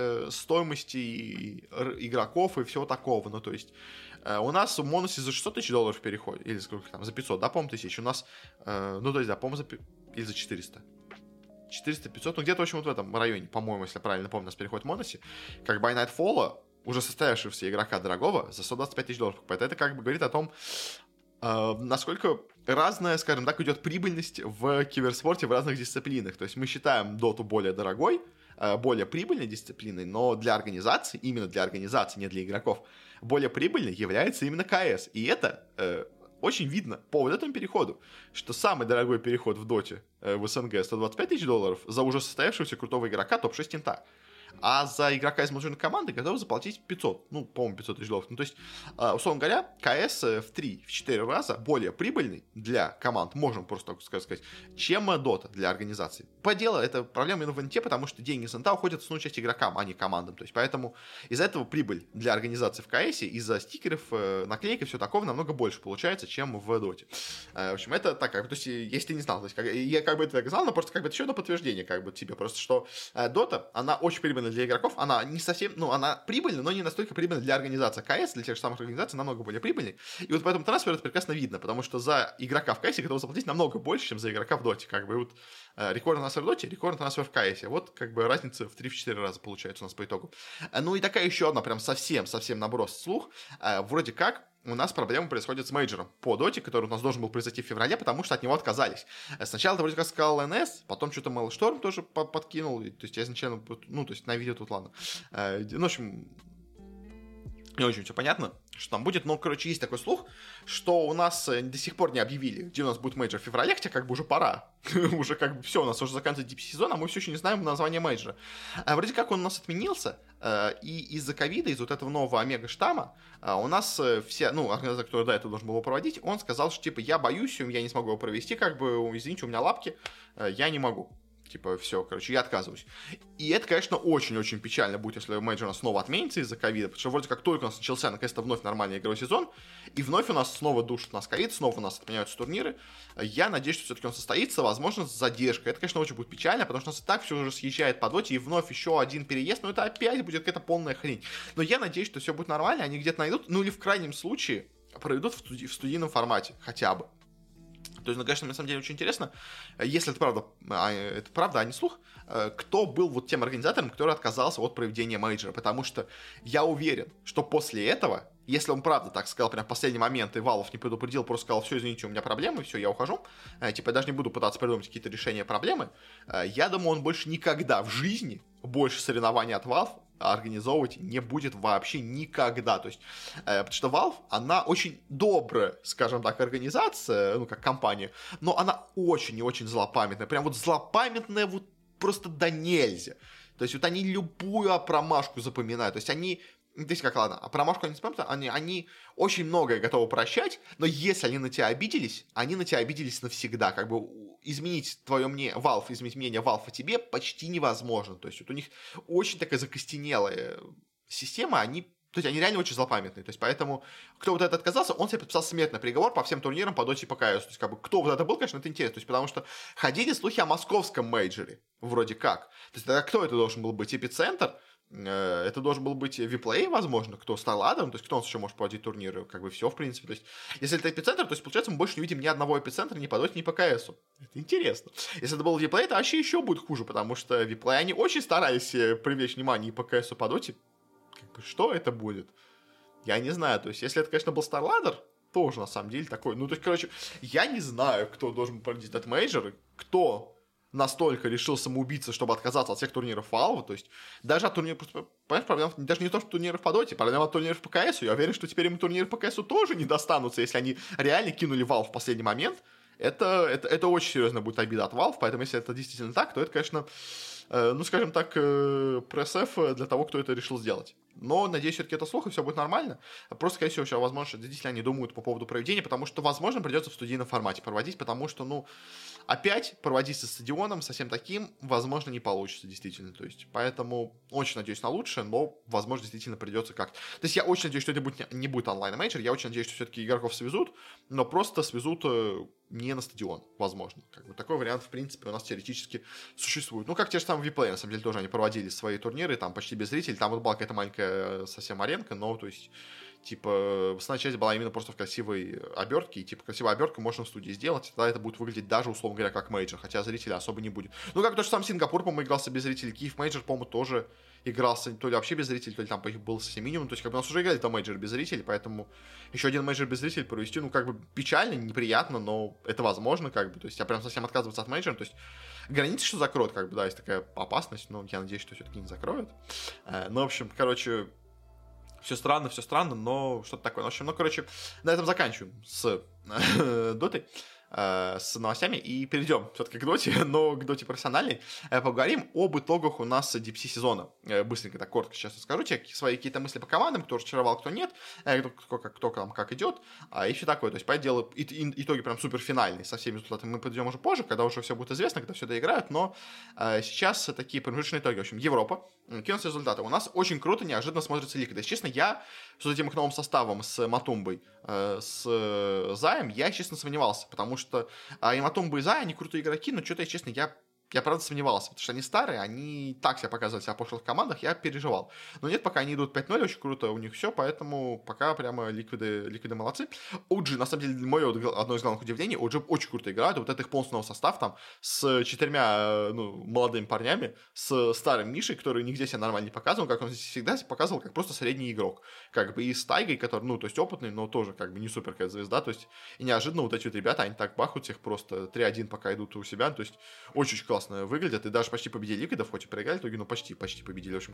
стоимости игроков и всего такого. Ну, то есть, у нас в Монусе за $600 тысяч переходит, или сколько там, за 500, да, по-моему, тысяч. У нас, ну, то есть, да, по-моему, или за 400. 400-500, ну, где-то, в общем, вот в этом районе, по-моему, если я правильно помню, у нас переходит в Монусе. Как бы Nightfall, уже состоявшегося игрока дорогого, за $125 тысяч. Это как бы говорит о том, насколько разная, скажем так, идет прибыльность в киберспорте в разных дисциплинах. То есть мы считаем доту более дорогой, более прибыльной дисциплиной, но для организации, именно для организации, не для игроков, более прибыльной является именно КС. И это очень видно по вот этому переходу, что самый дорогой переход в доте в СНГ $125 тысяч за уже состоявшегося крутого игрока топ-6 инта. А за игрока из мажорной команды готовы заплатить 500, ну, по-моему, $500 тысяч. Ну, то есть, условно говоря, КС в 3-4 раза более прибыльный для команд, можем просто так сказать, чем Дота для организации. По делу, это проблема именно в инте, потому что деньги с инта уходят в основную часть игрокам, а не командам. То есть, поэтому из-за этого прибыль для организации в КС из-за стикеров, наклеек и все такого намного больше получается, чем в Доте. В общем, это так, то есть, если ты не знал, то есть, я как бы это так знал, но просто как бы это еще одно подтверждение, как бы тебе просто, что Дота, она очень прибыльная прибыльна для игроков, она не совсем, ну, она прибыльна, но не настолько прибыльна для организации. КС для тех же самых организаций намного более прибыльней. И вот поэтому трансфер это прекрасно видно, потому что за игрока в КС готовы заплатить намного больше, чем за игрока в Доте. Как бы и вот рекордный трансфер в Доте, рекордный трансфер в КС. Вот как бы разница в 3-4 раза получается у нас по итогу. Ну и такая еще одна прям совсем наброс слух. Вроде как у нас проблемы происходят с мейджором по доте, который у нас должен был произойти в феврале, потому что от него отказались. Сначала это вроде как сказал НС, потом что-то Mailstorm тоже подкинул. То есть я изначально, ну, то есть на видео тут ладно. Ну, в общем, не очень все понятно, что там будет, но, короче, есть такой слух, что у нас до сих пор не объявили, где у нас будет мейджор в феврале, хотя как бы уже пора. Уже как бы все, у нас уже заканчивается DP-сезон, а мы все еще не знаем название мейджора. Вроде как он у нас отменился, и из-за ковида, из вот этого нового омега-штамма, у нас все, ну, организатор, который до этого должен был его проводить, он сказал, что, типа, я боюсь, я не смогу его провести, как бы, извините, у меня лапки, я не могу. Типа, все, короче, я отказываюсь. И это, конечно, очень-очень печально будет, если мейджор у нас снова отменится из-за ковида, потому что вроде как только у нас начался, наконец-то, вновь нормальный игровой сезон, и вновь у нас снова душит нас ковид, снова у нас отменяются турниры. Я надеюсь, что все-таки он состоится, возможно, с задержкой. Это, конечно, очень будет печально, потому что у нас и так все уже съезжает по доте, и вновь еще один переезд, но это опять будет какая-то полная хрень. Но я надеюсь, что все будет нормально, они где-то найдут, ну или в крайнем случае проведут в студийном формате, хотя бы. То есть, ну, конечно, на самом деле очень интересно, если это правда, а не слух, кто был вот тем организатором, который отказался от проведения мейджора, потому что я уверен, что после этого, если он правда так сказал прям в последний момент, и Valve не предупредил, просто сказал, все, извините, у меня проблемы, все, я ухожу, типа, я даже не буду пытаться придумать какие-то решения проблемы, я думаю, он больше никогда в жизни больше соревнований от Valve организовывать не будет вообще никогда. То есть, потому что Valve, она очень добрая, скажем так, организация, ну, как компания, но она очень и очень злопамятная. Прям вот злопамятная вот просто до нельзя. То есть, вот они любую промашку запоминают. То есть, они... То есть, как, ладно, а промашку они запомнят, они очень многое готовы прощать, но если они на тебя обиделись, они на тебя обиделись навсегда. Как бы изменить твое мнение, изменить мнение Valve о тебе почти невозможно. То есть, вот у них очень такая закостенелая система, то есть, они реально очень злопамятные. То есть, поэтому, кто вот это отказался, он себе подписал смертный приговор по всем турнирам по Доте и по КС. То есть, как бы, кто вот это был, конечно, это интересно. То есть, потому что ходили слухи о московском мейджоре, вроде как. То есть, тогда кто это должен был быть? Эпицентр? Это должен был быть Виплей, возможно, кто стал адом, то есть кто у нас еще может проводить турниры, как бы все, в принципе. То есть, если это эпицентр, то есть, получается, мы больше не видим ни одного эпицентра ни по Доте, ни по КСу. Это интересно. Если это был Виплей, то вообще еще будет хуже, потому что Виплей, они очень старались привлечь внимание и по КСу, и по Доте. Как бы, что это будет? Я не знаю. То есть, если это, конечно, был StarLadder, тоже, на самом деле, такой. Ну, то есть, короче, я не знаю, кто должен проводить этот мейджор, кто настолько решил самоубиться, чтобы отказаться от всех турниров Valve, то есть даже от турниров, понимаешь, проблема даже не то, что турниров по Доте, проблема от турниров по КСу. Я уверен, что теперь им турниры по КСу тоже не достанутся, если они реально кинули Valve в последний момент. Это очень серьезная будет обида от Valve, поэтому если это действительно так, то это, конечно, ну, скажем так, пресс-эф для того, кто это решил сделать. Но, надеюсь, все-таки это слух, и все будет нормально. Просто, скорее всего, сейчас, возможно, действительно они думают по поводу проведения, потому что, возможно, придется в студийном формате проводить, потому что, ну, опять проводить со стадионом, совсем таким, возможно, не получится, действительно. То есть, поэтому очень надеюсь на лучшее, но, возможно, действительно придется как-то. То есть, я очень надеюсь, что это не будет онлайн-мейджор, я очень надеюсь, что все-таки игроков свезут, но просто свезут не на стадион, возможно. Как бы такой вариант, в принципе, у нас теоретически существует. Ну, как те же самые Виплей, на самом деле, тоже они проводили свои турниры, там почти без зрителей, там вот была какая-то маленькая совсем аренка, но, то есть, типа, основная часть была именно просто в красивой обертке, и, типа, красивая обертка можно в студии сделать, тогда это будет выглядеть даже, условно говоря, как мейджор, хотя зрителей особо не будет. Ну, как то же сам Сингапур, по-моему, игрался без зрителей, Киев мейджор, по-моему, тоже игрался то ли вообще без зрителей, то ли там их был совсем минимум, то есть, как бы, у нас уже играли там мейджор без зрителей, поэтому еще один мейджор без зрителей провести, ну, как бы, печально, неприятно, но это возможно, как бы, то есть, я прям совсем отказываться от мейджора, то есть, границы что закроют, как бы, да, есть такая опасность, но я надеюсь, что все-таки не закроют. Ну, в общем, короче, все странно, но что-то такое. В общем, ну, короче, на этом заканчиваем с Дотой, с новостями, и перейдем все-таки к Доте, но к Доте профессиональной. Поговорим об итогах у нас DPC сезона. Быстренько, так коротко сейчас расскажу тебе свои какие-то мысли по командам, кто разочаровал, кто нет, кто там как идет, и все такое. То есть, по делу, итоги прям супер финальные, со всеми результатами мы подойдем уже позже, когда уже все будет известно, когда все доиграют, но сейчас такие промежуточные итоги. В общем, Европа, кинулись результаты. У нас очень круто, неожиданно смотрится Лига. Если честно, я с этим их новым составом, с Матумбой, с Заем, я, честно, сомневался, потому что и Матумба, и Зай, они крутые игроки, но что-то, если честно, я я, правда, сомневался, потому что они старые, они так себя показывали себя в прошлых командах, я переживал. Но нет, пока они идут 5-0, очень круто у них все, поэтому пока прямо ликвиды молодцы. OG, на самом деле, мое одно из главных удивлений, OG очень круто играют, вот это их полностью новый состав там, с 4 молодыми парнями, с старым Мишей, который нигде себя нормально не показывал, как он здесь всегда себя показывал, как просто средний игрок. Как бы и с Тайгой, который, то есть опытный, но тоже как бы не супер какая звезда, то есть и неожиданно вот эти вот ребята, они так бахают всех просто 3-1 пока идут у себя, то есть очень классно выглядят, и даже почти победили ликвидов, хоть и проиграли, то почти победили. В общем,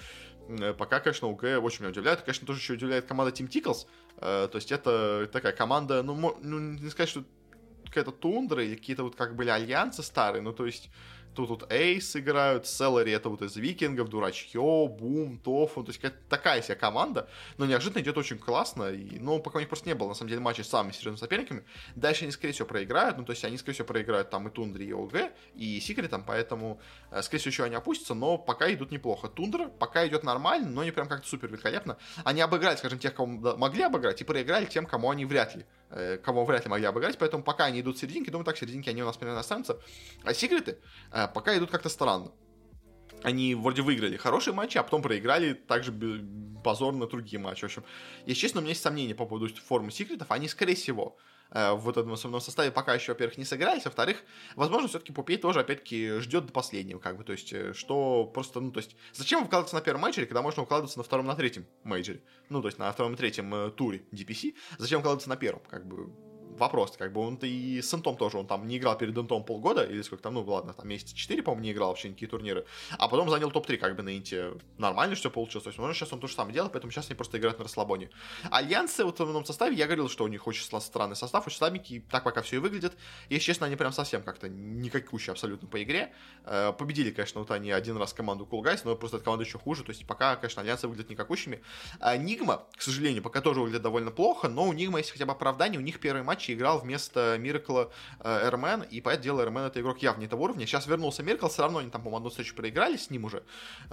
пока, конечно, УГ очень меня удивляет. Конечно, тоже еще удивляет команда Team Tickles, то есть это такая команда, не сказать, что какая-то тундра или какие-то вот как были альянсы старые, то есть тут Эйс играют, Селлери это вот из Викингов, Дурачье, Бум, Тофу, то есть какая-то такая себе команда, но неожиданно идет очень классно, пока у них просто не было, на самом деле, матчей с самыми серьезными соперниками, дальше они, скорее всего, проиграют, то есть они, скорее всего, проиграют там и Тундре, и ОГ, и Секретом, поэтому, скорее всего, еще они опустятся, но пока идут неплохо. Тундра пока идет нормально, но не прям как-то супер великолепно. Они обыграли, скажем, тех, кого могли обыграть, и проиграли тем, кому вряд ли могли обыграть, поэтому пока они идут в серединке, думаю, так, в серединке они у нас примерно останутся, а Секреты пока идут как-то странно. Они вроде выиграли хорошие матчи, а потом проиграли также позорно другие матчи. В общем, если честно, у меня есть сомнения по поводу формы Секретов. Они, скорее всего, в этом основном составе пока еще, во-первых, не сыгрались, во-вторых, возможно, все-таки Пупей тоже, опять-таки, ждет до последнего, как бы, то есть, что просто, то есть, зачем вкладываться на первом мейджоре, когда можно вкладываться на втором, на третьем мейджоре, то есть, на втором и третьем туре DPC, зачем вкладываться на первом, как бы, вопрос, как бы, он-то и с Интом тоже, он там не играл перед Интом полгода, или сколько там, ладно, там месяца 4, по-моему, не играл вообще никакие турниры, а потом занял топ-3, как бы, на Инте, нормально все получилось, то есть, может, сейчас он то же самое делает, поэтому сейчас они просто играют на расслабоне. Альянсы вот в основном составе, я говорил, что у них очень странный состав, очень слабенький, так пока все и выглядит, если честно, они прям совсем как-то никакущие абсолютно по игре, победили, конечно, вот они один раз команду Cool Guys, но просто эта команда еще хуже, то есть, пока, конечно, альянсы выглядят никакущими. Нигма, к сожалению, пока тоже выглядит довольно плохо, но у Нигма есть хотя бы оправдание, у них первые матчи играл вместо Миракла Эрмен, и по этому делу Эрмен это игрок явно не того уровня. Сейчас вернулся Миракл, все равно они там, по-моему, одну встречу проиграли с ним уже,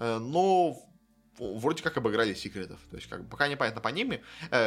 но вроде как обыграли Секретов. То есть, как бы, пока непонятно по ними.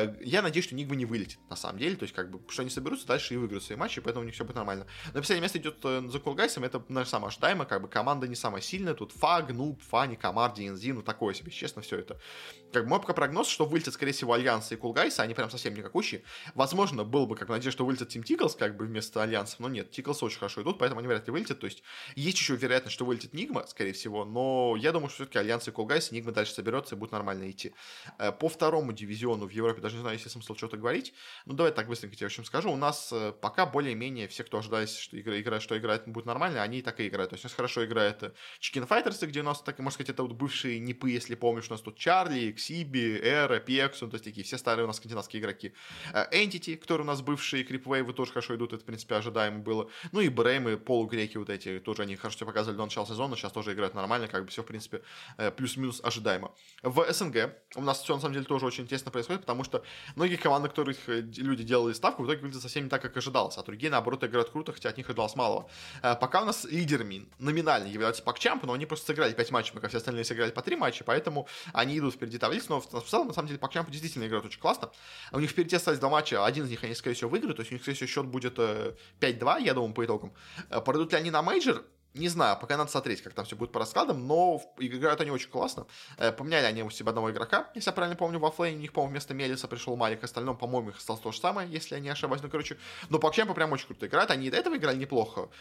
Я надеюсь, что Нигма не вылетит, на самом деле. То есть, как бы, что они соберутся дальше и выиграют свои матчи, поэтому у них все будет нормально. Но последнее место идет за Кулгайсом, это, наверное, самое ожидаемое, как бы, команда не самая сильная. Тут Фаг, Нуб, Фани, Камар, DNZ, такое себе, честно, все это. Как бы, мой пока прогноз, что вылетят, скорее всего, Альянсы и Кулгайсы, они прям совсем никакущие. Возможно, был бы, как надежда, что вылетят Team Tickles, как бы, вместо Альянсов, но нет, Tickles очень хорошо идут, поэтому они вряд ли вылетят. То есть, есть еще вероятность, что вылетит Нигма, скорее всего, но я думаю, что все-таки Альянсы и Кулгайсы, Нигма дальше соберется и будет нормально идти. По второму дивизиону в Европе, даже не знаю, есть ли смысл что-то говорить, давай так быстренько тебе в общем скажу, у нас пока более-менее все, кто ожидает, что играет будет нормально, они так и играют. То есть у нас хорошо играет Chicken Fighters, где у нас, так, можно сказать, это вот бывшие НИПы, если помнишь, у нас тут Чарли, Ксиби, Эра, Пекс, то есть такие все старые у нас скандинавские игроки. Entity, которые у нас бывшие, Крипвейвы тоже хорошо идут, это, в принципе, ожидаемо было. Ну и Бреймы, полугреки вот эти, тоже они хорошо себя показывали до начала сезона, сейчас тоже играют нормально, как бы все, в принципе, плюс-минус ожидаемо. В СНГ у нас все, на самом деле, тоже очень интересно происходит, потому что многие команды, которых люди делали ставку, в итоге выглядят совсем не так, как ожидалось, а другие, наоборот, играют круто, хотя от них ожидалось малого. Пока у нас лидерами номинально являются PogChamp, но они просто сыграли 5 матчей, пока все остальные сыграли по 3 матча, поэтому они идут впереди таблицы, но в целом, на самом деле, PogChamp действительно играют очень классно. У них впереди остались 2 матча, один из них они, скорее всего, выиграют, то есть у них, скорее всего, счет будет 5-2, я думаю, по итогам. Пройдут ли они на мейджор? Не знаю, пока надо смотреть, как там все будет по раскладам, но играют они очень классно. Поменяли они у себя одного игрока, если я правильно помню, во флейне у них, по-моему, вместо Мелиса пришел Марик, остальном, по-моему, их осталось то же самое, если я не ошибаюсь, но PogChamp прям очень круто играют, они и до этого играли неплохо,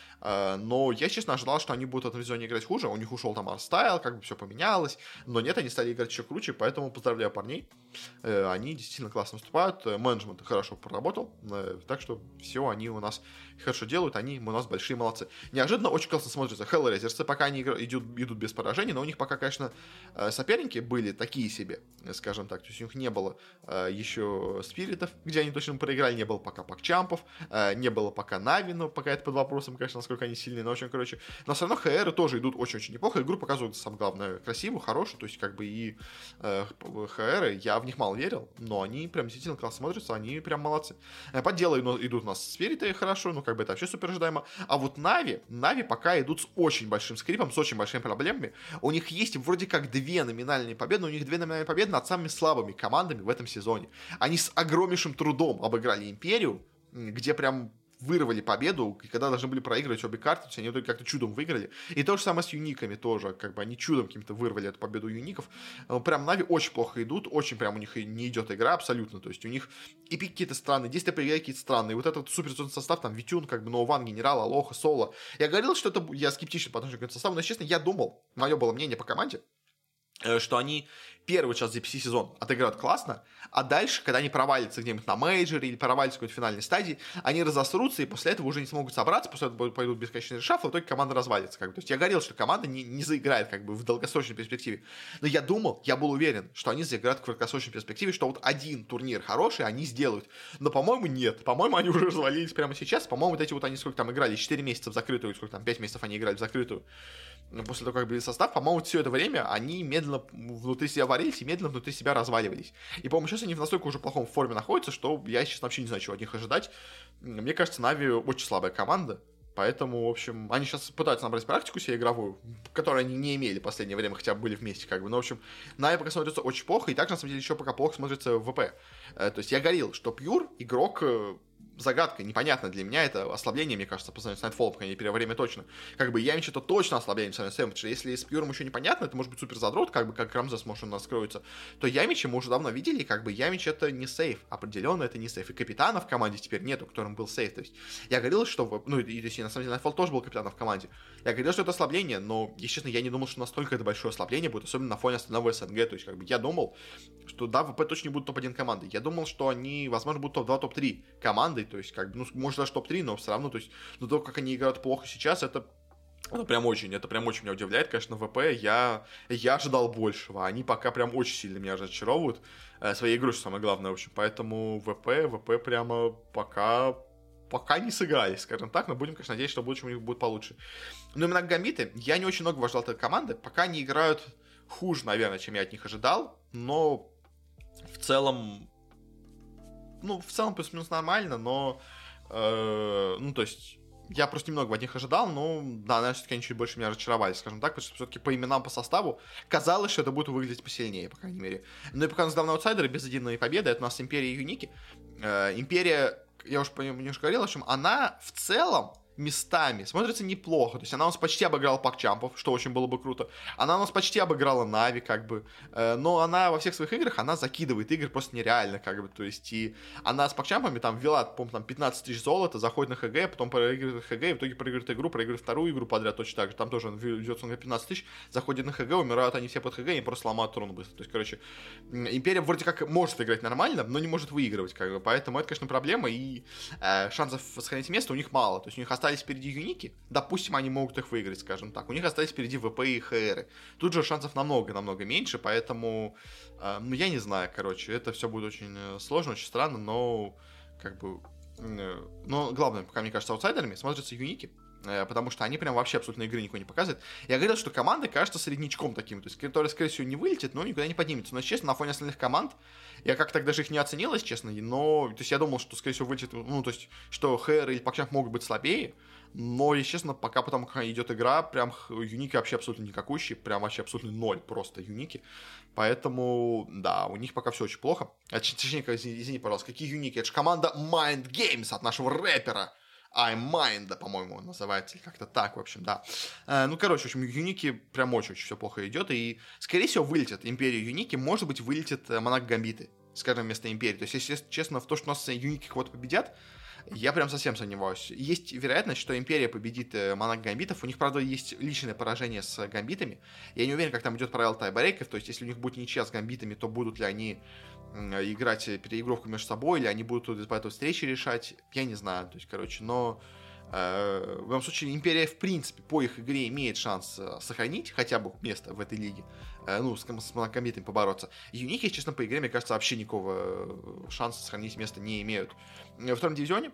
но я, честно, ожидал, что они будут в этом сезоне играть хуже, у них ушел там Арстайл, как бы все поменялось, но нет, они стали играть еще круче, поэтому поздравляю парней, они действительно классно выступают, менеджмент хорошо проработал, так что все они у нас хорошо делают, они у нас большие молодцы. Неожиданно очень классно смотрится Hellraisers, пока они идут без поражений, но у них пока, конечно, соперники были такие себе, скажем так, то есть у них не было еще Спиритов, где они точно проиграли, не было пока PogChamp'ов, не было пока Нави, но пока это под вопросом, конечно, насколько они сильные, но очень, но все равно ХРы тоже идут очень-очень неплохо, игру показывают, самое главное, красивую, хорошую, то есть как бы и ХРы, я в них мало верил, но они прям действительно классно смотрятся, они прям молодцы. По делу идут у нас Спириты хорошо, ну как бы это вообще супер ожидаемо, а вот Нави пока идут с очень большим скрипом, с очень большими проблемами. У них есть вроде как 2 номинальные победы, но у них 2 номинальные победы над самыми слабыми командами в этом сезоне. Они с огромнейшим трудом обыграли Империю, где прям вырвали победу, и когда должны были проигрывать обе карты, то есть они как-то чудом выиграли. И то же самое с юниками тоже, как бы они чудом каким-то вырвали эту победу юников. Прям Нави очень плохо идут, очень прям у них не идет игра абсолютно, то есть у них и пики какие-то странные, действия проиграли какие-то странные. Вот этот суперсложный состав, там, Витюн, как бы, Ноуван, Генерал, Алоха, Соло. Я говорил, что это, я скептичен по отношению к этому составу, но, честно, я думал, мое было мнение по команде, что они первый час ZPC сезон отыграют классно, а дальше, когда они провалятся где-нибудь на мейджоре или провалятся в какой-то финальной стадии, они разосрутся, и после этого уже не смогут собраться, после этого пойдут бесконечные шафлы, в итоге команда развалится. Как бы. То есть я говорил, что команда не заиграет как бы, в долгосрочной перспективе. Но я думал, я был уверен, что они заиграют в краткосрочной перспективе, что вот один турнир хороший они сделают. Но, по-моему, нет. По-моему, они уже развалились прямо сейчас. По-моему, вот эти вот они сколько там играли, 4 месяца в закрытую, сколько там, 5 месяцев они играли в закрытую. Но после того, как был состав, по-моему, все это время они медленно внутри себя варились и медленно внутри себя разваливались. И, по-моему, сейчас они в настолько уже плохом форме находятся, что я сейчас вообще не знаю, чего от них ожидать. Мне кажется, Нави очень слабая команда. Поэтому, в общем, они сейчас пытаются набрать практику себе игровую, которую они не имели в последнее время, хотя бы были вместе, как бы. Но, в общем, Нави пока смотрится очень плохо, и также, на самом деле, еще пока плохо смотрится ВП. То есть я говорил, что Пьюр игрок загадка, непонятно для меня, это ослабление, мне кажется, по сравнению с Nightfall, по крайней мере, первое время точно. Как бы Ямич это точно ослабление по сравнению с Эмом, потому что если с Пьюром еще непонятно, это может быть супер задрот, как бы как Рамзес, может, он раскроется, то Ямича мы уже давно видели, как бы Ямич это не сейф, определенно это не сейф. И капитана в команде теперь нету, которым был сейф. То есть я говорил, что, ну, и, то есть, на самом деле, Nightfall тоже был капитаном в команде. Я говорил, что это ослабление, но, если честно, я не думал, что настолько это большое ослабление будет, особенно на фоне остального СНГ. То есть, как бы я думал, что да, ВП точно не будут топ-1 командой. Я думал, что они, возможно, будут топ-2, топ-3 командой, то есть, как бы, ну, может, даже топ-3, но все равно, то есть, но то, как они играют плохо сейчас, это прям очень меня удивляет, конечно, ВП, я ожидал большего, они пока прям очень сильно меня разочаровывают своей игрой, что самое главное, в общем, поэтому ВП прямо пока не сыграли, скажем так, но будем, конечно, надеяться, что в будущем у них будет получше. Но именно Гамбиты, я не очень много ждал от этой команды, пока они играют хуже, наверное, чем я от них ожидал, но в целом плюс-минус нормально, но ну, то есть, я просто немного от них ожидал, но, да, наверное, все-таки они чуть больше меня разочаровали, скажем так, потому что все-таки по именам, по составу казалось, что это будет выглядеть посильнее, по крайней мере. Ну и пока у нас главные аутсайдеры без единой победы, это у нас Империя и Юники. Империя, я уже немножко говорил, в общем, она в целом местами смотрится неплохо. То есть она у нас почти обыграла пакчампов, что очень было бы круто. Она у нас почти обыграла Нави, как бы. Но она во всех своих играх, она закидывает игры просто нереально, как бы. То есть и она с пакчампами там ввела, по-моему, там 15 тысяч золота, заходит на ХГ, потом проигрывает ХГ, и в итоге проигрывает игру, проигрывает вторую игру подряд точно так же. Там тоже он ведется на 15 тысяч, заходит на ХГ, умирают они все под ХГ, и просто ломают трон быстро. То есть, короче, Империя вроде как может играть нормально, но не может выигрывать, как бы. Поэтому это, конечно, проблема, и шансов сохранить место у них мало. То есть у них остались впереди Юники, допустим, они могут их выиграть, скажем так. У них остались впереди ВП и ХР. Тут же шансов намного меньше, поэтому, ну, я не знаю, короче, это все будет очень сложно, очень странно, но, как бы, но главное, пока, мне кажется, аутсайдерами смотрятся Юники, потому что они прям вообще абсолютно игры никакой не показывают. Я говорил, что команда кажется среднячком таким, то есть, который, скорее всего, не вылетит, но никуда не поднимется. Но, честно, на фоне остальных команд, я как-то так даже их не оценил, если честно, но, то есть, я думал, что, скорее всего, вылетит, ну, то есть, что ХР или Пакчамп могут быть слабее, но, естественно, пока потому как идет игра, прям Юники вообще абсолютно никакущие, прям вообще абсолютно ноль просто Юники. Поэтому, да, у них пока все очень плохо. Точнее, извини, пожалуйста, какие Юники? Это же команда Mind Games от нашего рэпера. I'm Mind, по-моему, он называется, или как-то так, в общем, да. Ну, короче, в общем, Юники прям очень-очень все плохо идет, и, скорее всего, вылетит Империя Юники, может быть, вылетит Монарх Гамбиты, скажем, вместо Империи. То есть, если честно, в то, что у нас Юники кого-то победят, я прям совсем сомневаюсь. Есть вероятность, что Империя победит Монарх Гамбитов. У них, правда, есть личное поражение с Гамбитами. Я не уверен, как там идет правило тайбрейков. То есть, если у них будет ничья с Гамбитами, то будут ли они играть переигровку между собой, или они будут по этой встрече решать. Я не знаю. То есть, короче, но в любом случае, Империя, в принципе, по их игре имеет шанс сохранить хотя бы место в этой лиге. Ну, с Монарх-Гамбитами побороться. Юники, честно, по игре, мне кажется, вообще никакого шанса сохранить место не имеют. Во втором дивизионе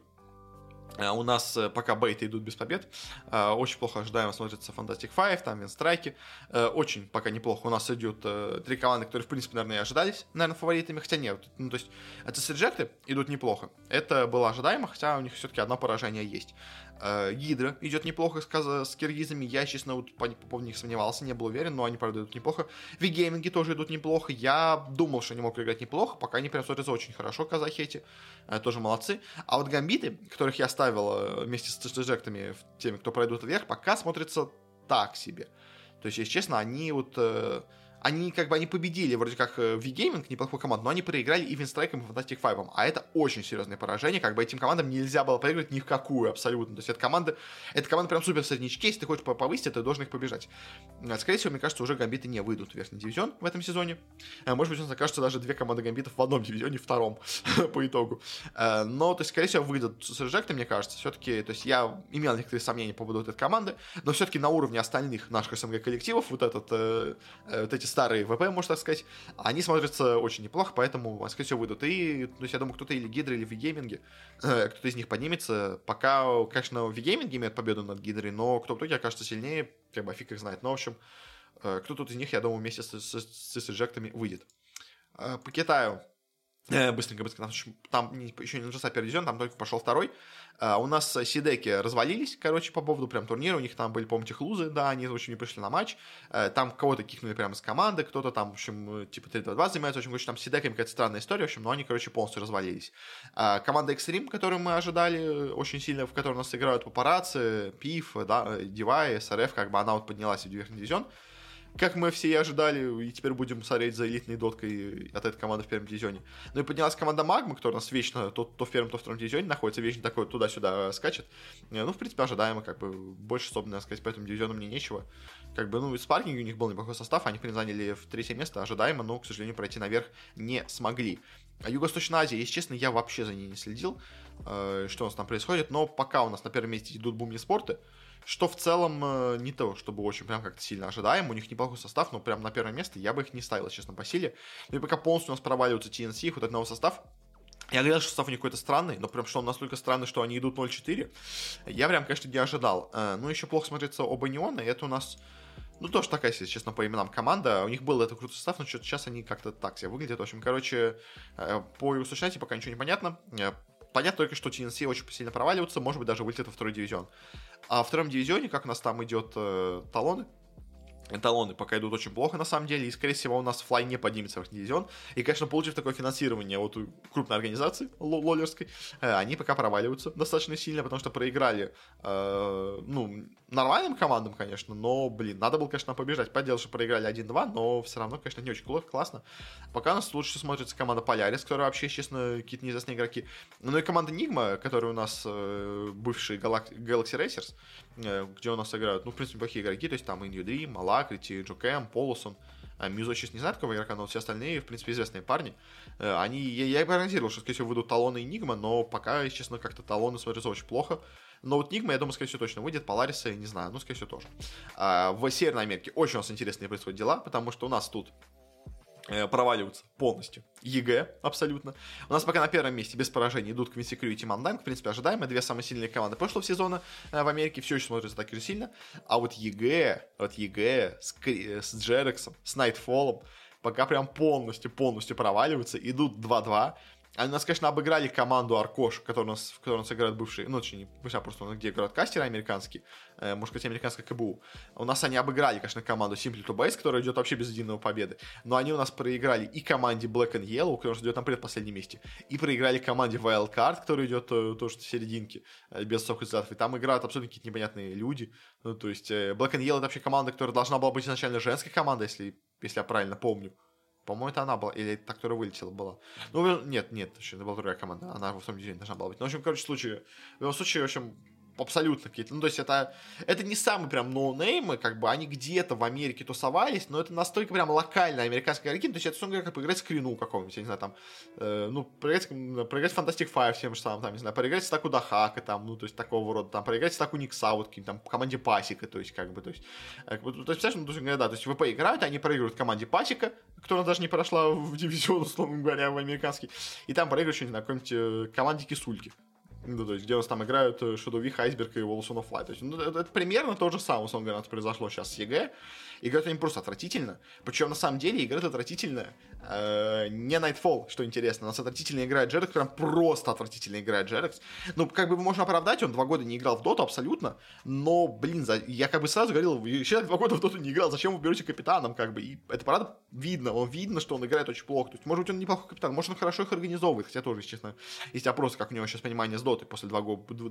у нас пока бейты идут без побед. Очень плохо ожидаемо смотрится Fantastic Five, там Винстрайки. Очень пока неплохо. У нас идут 3 команды, которые, в принципе, наверное, и ожидались, наверное, фаворитами. Хотя нет. Ну, то есть, CSGECT идут неплохо. Это было ожидаемо, хотя у них все-таки одно поражение есть. Гидра идет неплохо с киргизами. Я, честно, вот по поводу них сомневался, не был уверен, но они, правда, идут неплохо. Вигейминги тоже идут неплохо. Я думал, что они могут играть неплохо, пока они прям смотрятся очень хорошо, казахи эти. Тоже молодцы. А вот гамбиты, которых я оставил вместе с сюжетами теми, кто пройдут вверх, пока смотрится так себе. То есть, если честно, они вот... Они победили вроде как V-Gaming, неплохую команду, но они проиграли и Винстрайком, и Fantastic Five. А это очень серьезное поражение. Этим командам нельзя было проиграть ни в какую абсолютно. То есть, эта команда прям супер среднячки. Если ты хочешь повысить, ты должен их побежать. Скорее всего, мне кажется, уже Гамбиты не выйдут в верхний дивизион в этом сезоне. Может быть, у нас окажется даже 2 команды Гамбитов в одном дивизионе, втором по итогу. Но, то есть, скорее всего, выйдут с Режекта, мне кажется. Все-таки, то есть, я имел некоторые сомнения по поводу этой команды, но все-таки на уровне остальных наших СНГ коллективов вот эти старые ВП, можно так сказать, они смотрятся очень неплохо, поэтому, скорее всего, выйдут. И, то есть, я думаю, кто-то или Гидра, или V-Gaming, кто-то из них поднимется. Пока, конечно, V-Gaming имеет победу над Гидрой, но кто в итоге окажется сильнее, фиг их знает. Но, в общем, кто-то из них, я думаю, вместе с эджектами выйдет. По Китаю. Быстренько, там еще не начался первый дивизион, там только пошел второй. У нас Сидеки развалились, по поводу прям турнира. У них там были, по-моему, техлузы, да, они очень не пришли на матч. Там кого-то кикнули прямо с команды, кто-то там, в общем, 3-2-2 занимается. В общем, там с Сидеками какая-то странная история, в общем, но они, полностью развалились. Команда Extreme, которую мы ожидали очень сильно, в которой у нас играют Папарацци, Пиф, да, Дивай, СРФ, она вот поднялась в верхний дивизион. Как мы все и ожидали, и теперь будем смотреть за элитной доткой от этой команды в первом дивизионе. Ну и поднялась команда Магмы, которая у нас вечно то в первом, то в втором дивизионе находится, вечно такой туда-сюда скачет. Ну, в принципе, ожидаемо, больше особенно сказать по этому дивизиону мне нечего. И Спаркинг у них был неплохой состав, они, заняли в 3 место, ожидаемо, но, к сожалению, пройти наверх не смогли. А Юго-Восточная Азия, если честно, я вообще за ней не следил, что у нас там происходит, но пока у нас на первом месте идут Бумни Спорты, что в целом не то, чтобы очень прям как-то сильно ожидаем. У них неплохой состав, но прям на первое место я бы их не ставил, честно, по силе. Ну и пока полностью у нас проваливаются TNC, их вот одного состав. Я говорил, что состав у них какой-то странный, но прям что он настолько странный, что они идут 0-4. Я прям, конечно, не ожидал. Ну, еще плохо смотрится оба Неона, и это у нас... Ну, тоже такая, если честно, по именам команда. У них был это крутой состав, но что-то сейчас они как-то так себе выглядят. В общем, по Юго-Восточной пока ничего не понятно. Понятно только, что TNC очень сильно проваливаются, может быть, даже вылетят во второй дивизион. А во втором дивизионе, как у нас там идет талоны пока идут очень плохо, на самом деле, и, скорее всего, у нас Флай не поднимется в верхний дивизион. И, конечно, получив такое финансирование от крупной организации, лолерской, они пока проваливаются достаточно сильно, потому что проиграли, нормальным командам, конечно, но, надо было, конечно, побежать. Поделать, что проиграли 1-2, но все равно, конечно, не очень классно. Пока у нас лучше смотрится команда Polaris, которая вообще, честно, какие-то неизвестные игроки. Ну и команда Nigma, которая у нас бывшие Galaxy Racers, где у нас играют, в принципе, плохие игроки, то есть там Инью Дрим, Алакрити, Джокэм, Полусон. Мьюзо сейчас не знает такого игрока, но все остальные, в принципе, известные парни. Я и прогнозировал, что, скорее всего, выйдут Талоны и Нигма, но пока, если честно, как-то Талоны смотрятся очень плохо. Но вот Нигма, я думаю, скорее всего, точно выйдет, Полариса, не знаю, скорее всего, тоже. В Северной Америке очень у нас интересные происходят дела, потому что у нас тут проваливаются полностью. ЕГЭ абсолютно. У нас пока на первом месте без поражений идут Квинси Крю и Тим Андайм. В принципе, ожидаемо. 2 самые сильные команды прошлого сезона в Америке. Все еще смотрится так же сильно. А вот ЕГЭ с Джерексом, с Найтфолом пока прям полностью проваливаются. Идут 2-2. Они у нас, конечно, обыграли команду Аркош, в которой у нас играют бывшие, точнее, просто где играют кастеры американские, может сказать, американская КБУ. У нас они обыграли, конечно, команду Simply to Base, которая идет вообще без единого победы, но они у нас проиграли и команде Black and Yellow, которая идет на предпоследнем месте, и проиграли команде Wildcard, которая идет тоже в серединке, без высоких результатов, и там играют абсолютно какие-то непонятные люди. То есть Black and Yellow — это вообще команда, которая должна была быть изначально женской командой, если я правильно помню. По-моему, это она была, или та, которая вылетела, была. Нет, еще это была другая команда, она в том дизайне должна была быть. Но, в общем, в любом случае, в общем, абсолютно какие-то. То есть это не самые прям ноунеймы, они где-то в Америке тусовались, но это настолько прям локальные американские игроки. То есть это, собственно говоря, как поиграть с Крину какого-нибудь, я не знаю, там, проиграть Fantastic Five тем же самым, там, не знаю, проиграть Стаку Дахака, там, то есть такого рода, там, проиграть Стаку Никса, вот каким-то там, команде Пасика, то есть, представляешь, то есть ВП играют, они проигрывают команде Пасика, которая даже не прошла в дивизион, условно говоря, в американский, и там проигрывают что-нибудь на какой-нибудь команде Кисульки. То есть, где у нас там играют Шадови, Хайсберг и Волосунов Флай. То есть, это примерно то же самое, условно говоря, произошло сейчас с ЕГЭ. Играют они просто отвратительно. Причем, на самом деле, играют отвратительно не Nightfall, что интересно. У нас отвратительно играет Джерекс, прям просто отвратительно играет Джерекс. Ну, как бы можно оправдать, он 2 года не играл в доту абсолютно, но, блин, я как бы сразу говорил, человек 2 года в доту не играл, зачем вы берете капитаном, как бы, и это правда видно, что он играет очень плохо. То есть, может быть, он неплохой капитан, может, он хорошо их организовывает, хотя тоже, честно, есть вопросы, как у него сейчас понимание с дотой после 2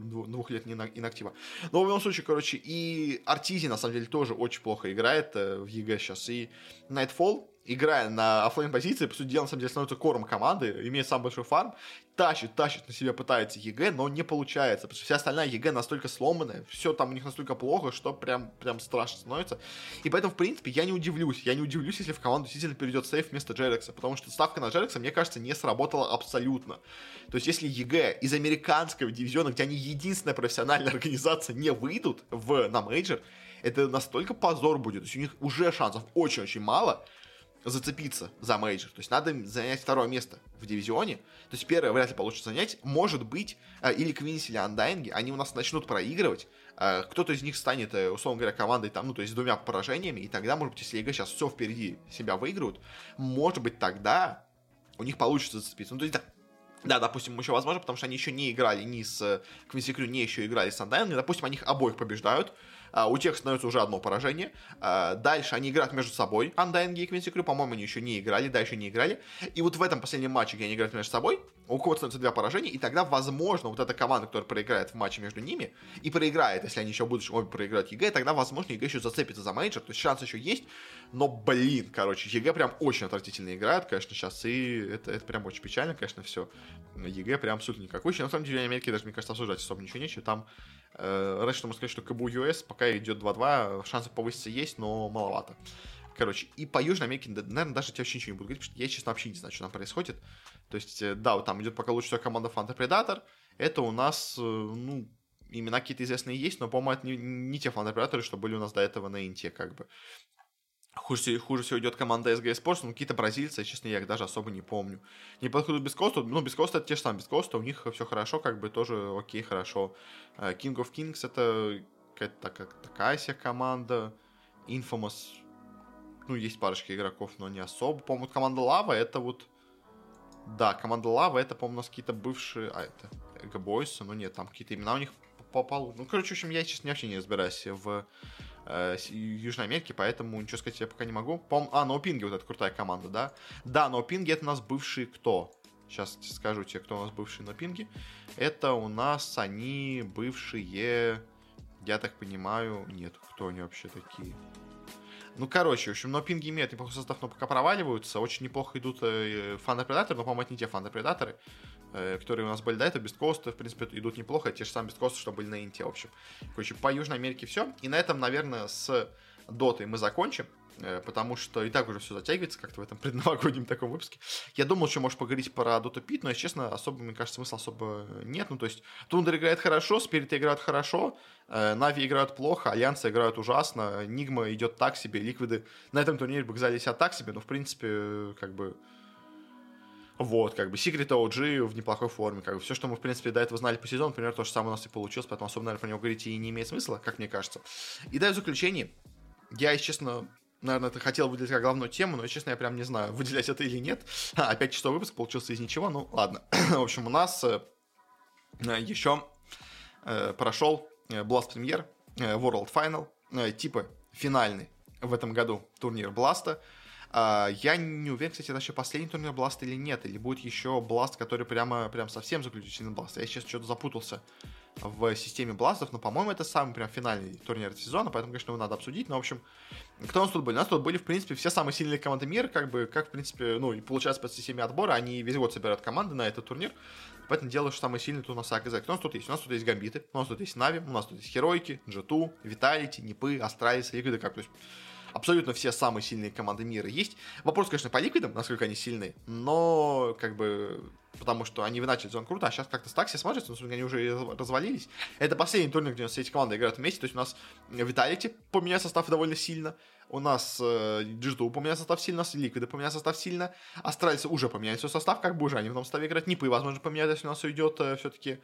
лет инактива. Но в любом случае, короче, и Артизи, на самом деле, тоже очень плохо играет в ЕГЭ сейчас, и Nightfall, играя на оффлейн позиции, по сути дела, на самом деле, становится кором команды, имеет самый большой фарм, тащит на себя, пытается ЕГЭ, но не получается, потому что вся остальная ЕГЭ настолько сломанная, все там у них настолько плохо, что прям страшно становится. И поэтому, в принципе, я не удивлюсь, если в команду действительно перейдет сейф вместо Джерекса, потому что ставка на Джерекса, мне кажется, не сработала абсолютно. То есть, если ЕГЭ из американского дивизиона, где они единственная профессиональная организация, не выйдут на мейджор, это настолько позор будет, то есть у них уже шансов очень-очень мало зацепиться за мейджор. То есть надо им занять 2 место в дивизионе. То есть 1 вряд ли получится занять. Может быть, или Квинс, или Undying, они у нас начнут проигрывать. Кто-то из них станет, условно говоря, командой там, ну, то есть с 2 поражениями. И тогда, может быть, если ЕГЭ сейчас все впереди себя выиграют, может быть, тогда у них получится зацепиться. Ну, то есть, да, допустим, еще возможно, потому что они еще не играли ни с Квинси Крю, не еще играли с Undying. Допустим, они их обоих побеждают. У тех становится уже 1 поражение. Дальше они играют между собой. Undying и Квинси Крю, по-моему, они еще не играли. Да, еще не играли. И вот в этом последнем матче, где они играют между собой, у кого-то становится 2 поражения. И тогда, возможно, вот эта команда, которая проиграет в матче между ними, и проиграет, если они еще в будущем обе проиграют ЕГЭ, тогда, возможно, ЕГЭ еще зацепится за мейджор. То есть шанс еще есть. Но, блин, короче, ЕГЭ прям очень отвратительно играет, конечно, сейчас. И это прям очень печально, конечно, все. ЕГЭ прям абсолютно никакой. На самом деле, в Америке даже, мне кажется, обсуждать особо ничего нечего. Там раньше, что можно сказать, что КБУ ЮС пока идет 2-2, шансы повыситься есть, но маловато. Короче, и по Южной Америке, наверное, даже тебе вообще ничего не буду говорить, потому что я, честно, вообще не знаю, что там происходит. То есть, да, вот там идет пока лучше всего команда Фанта Предатор. Это у нас, ну, имена какие-то известные есть, но, по-моему, это не те Фанта Предаторы, что были у нас до этого на Инте, как бы. Хуже всего идет команда SG Sports, ну, какие-то бразильцы, честно, я их даже особо не помню. Не подходят без Коста, ну, без Коста это те же самые без Коста, у них все хорошо, как бы тоже окей, хорошо. King of Kings это какая-то такая себе команда. Infamous, ну, есть парочка игроков, но не особо. По-моему, команда Лава это вот... Да, команда Лава это, по-моему, у нас какие-то бывшие... это Эго Бойсы, ну нет, там какие-то имена у них попало. Ну, короче, в общем, я, честно, вообще не разбираюсь в Южной Америке, поэтому ничего сказать я пока не могу. Ноупинги, вот эта крутая команда, да? Да, Ноупинги это у нас бывшие кто? Сейчас скажу тебе, кто у нас бывшие Ноупинги. Это у нас они бывшие, я так понимаю, нет, кто они вообще такие? Ну, короче, в общем, Ноупинги имеют неплохой состав, но пока проваливаются. Очень неплохо идут Фанта Предаторы, но, по-моему, это не те Фанта Предаторы, которые у нас были до этого. Бесткосты, в принципе, идут неплохо. Те же самые Бесткосты, что были на Инте, в общем. Короче, по Южной Америке все. И на этом, наверное, с Дотой мы закончим. Потому что и так уже все затягивается как-то в этом предновогоднем таком выпуске. Я думал, что можешь поговорить про Dota Pit, но, если честно, особо, мне кажется, смысла особо нет. Ну, то есть, Тундер играет хорошо, Спириты играют хорошо, Нави играют плохо, Альянсы играют ужасно, Нигма идет так себе, Ликвиды на этом турнире показали себя так себе, но, в принципе, как бы... Вот, как бы, Secret OG в неплохой форме, как бы, все, что мы, в принципе, до этого знали по сезону, например, то же самое у нас и получилось, поэтому особо, наверное, про него говорить и не имеет смысла, как мне кажется. И да, в заключение, я, если честно... Наверное, это хотел выделить как главную тему, но, честно, я прям не знаю, выделять это или нет. Опять часовой выпуск получился из ничего, ну ладно. В общем, у нас еще прошел Blast Premier World Final, типа финальный в этом году турнир Бласта. Я не уверен, кстати, это еще последний турнир Бласта или нет, или будет еще Бласт, который прям совсем заключительный Бласт. Я сейчас что-то запутался в системе бластов, но, по-моему, это самый прям финальный турнир сезона, поэтому, конечно, его надо обсудить, но, в общем, кто у нас тут были? У нас тут были, в принципе, все самые сильные команды мира, как, в принципе, ну, и получается по системе отбора, они весь год собирают команды на этот турнир, поэтому делаю, что самые сильные тут у нас АКЗ. Кто у нас тут есть? У нас тут есть Гамбиты, у нас тут есть Нави, у нас тут есть Херойки, G2, Vitality, Нипы, Астралис, Ликвиды, как, то есть абсолютно все самые сильные команды мира есть. Вопрос, конечно, по ликвидам, насколько они сильны, но, как бы, потому что они начали сезон круто, а сейчас как-то с такси смотрятся, но они уже развалились. Это последний турнир, где у нас эти команды играют вместе, то есть у нас Vitality поменял состав довольно сильно, у нас G2 поменял состав сильно, у нас Ликвиды поменял состав сильно, Астральцы уже поменяли свой состав, как бы уже они в новом составе играть, Нипы, возможно, поменяют, если у нас уйдет все-таки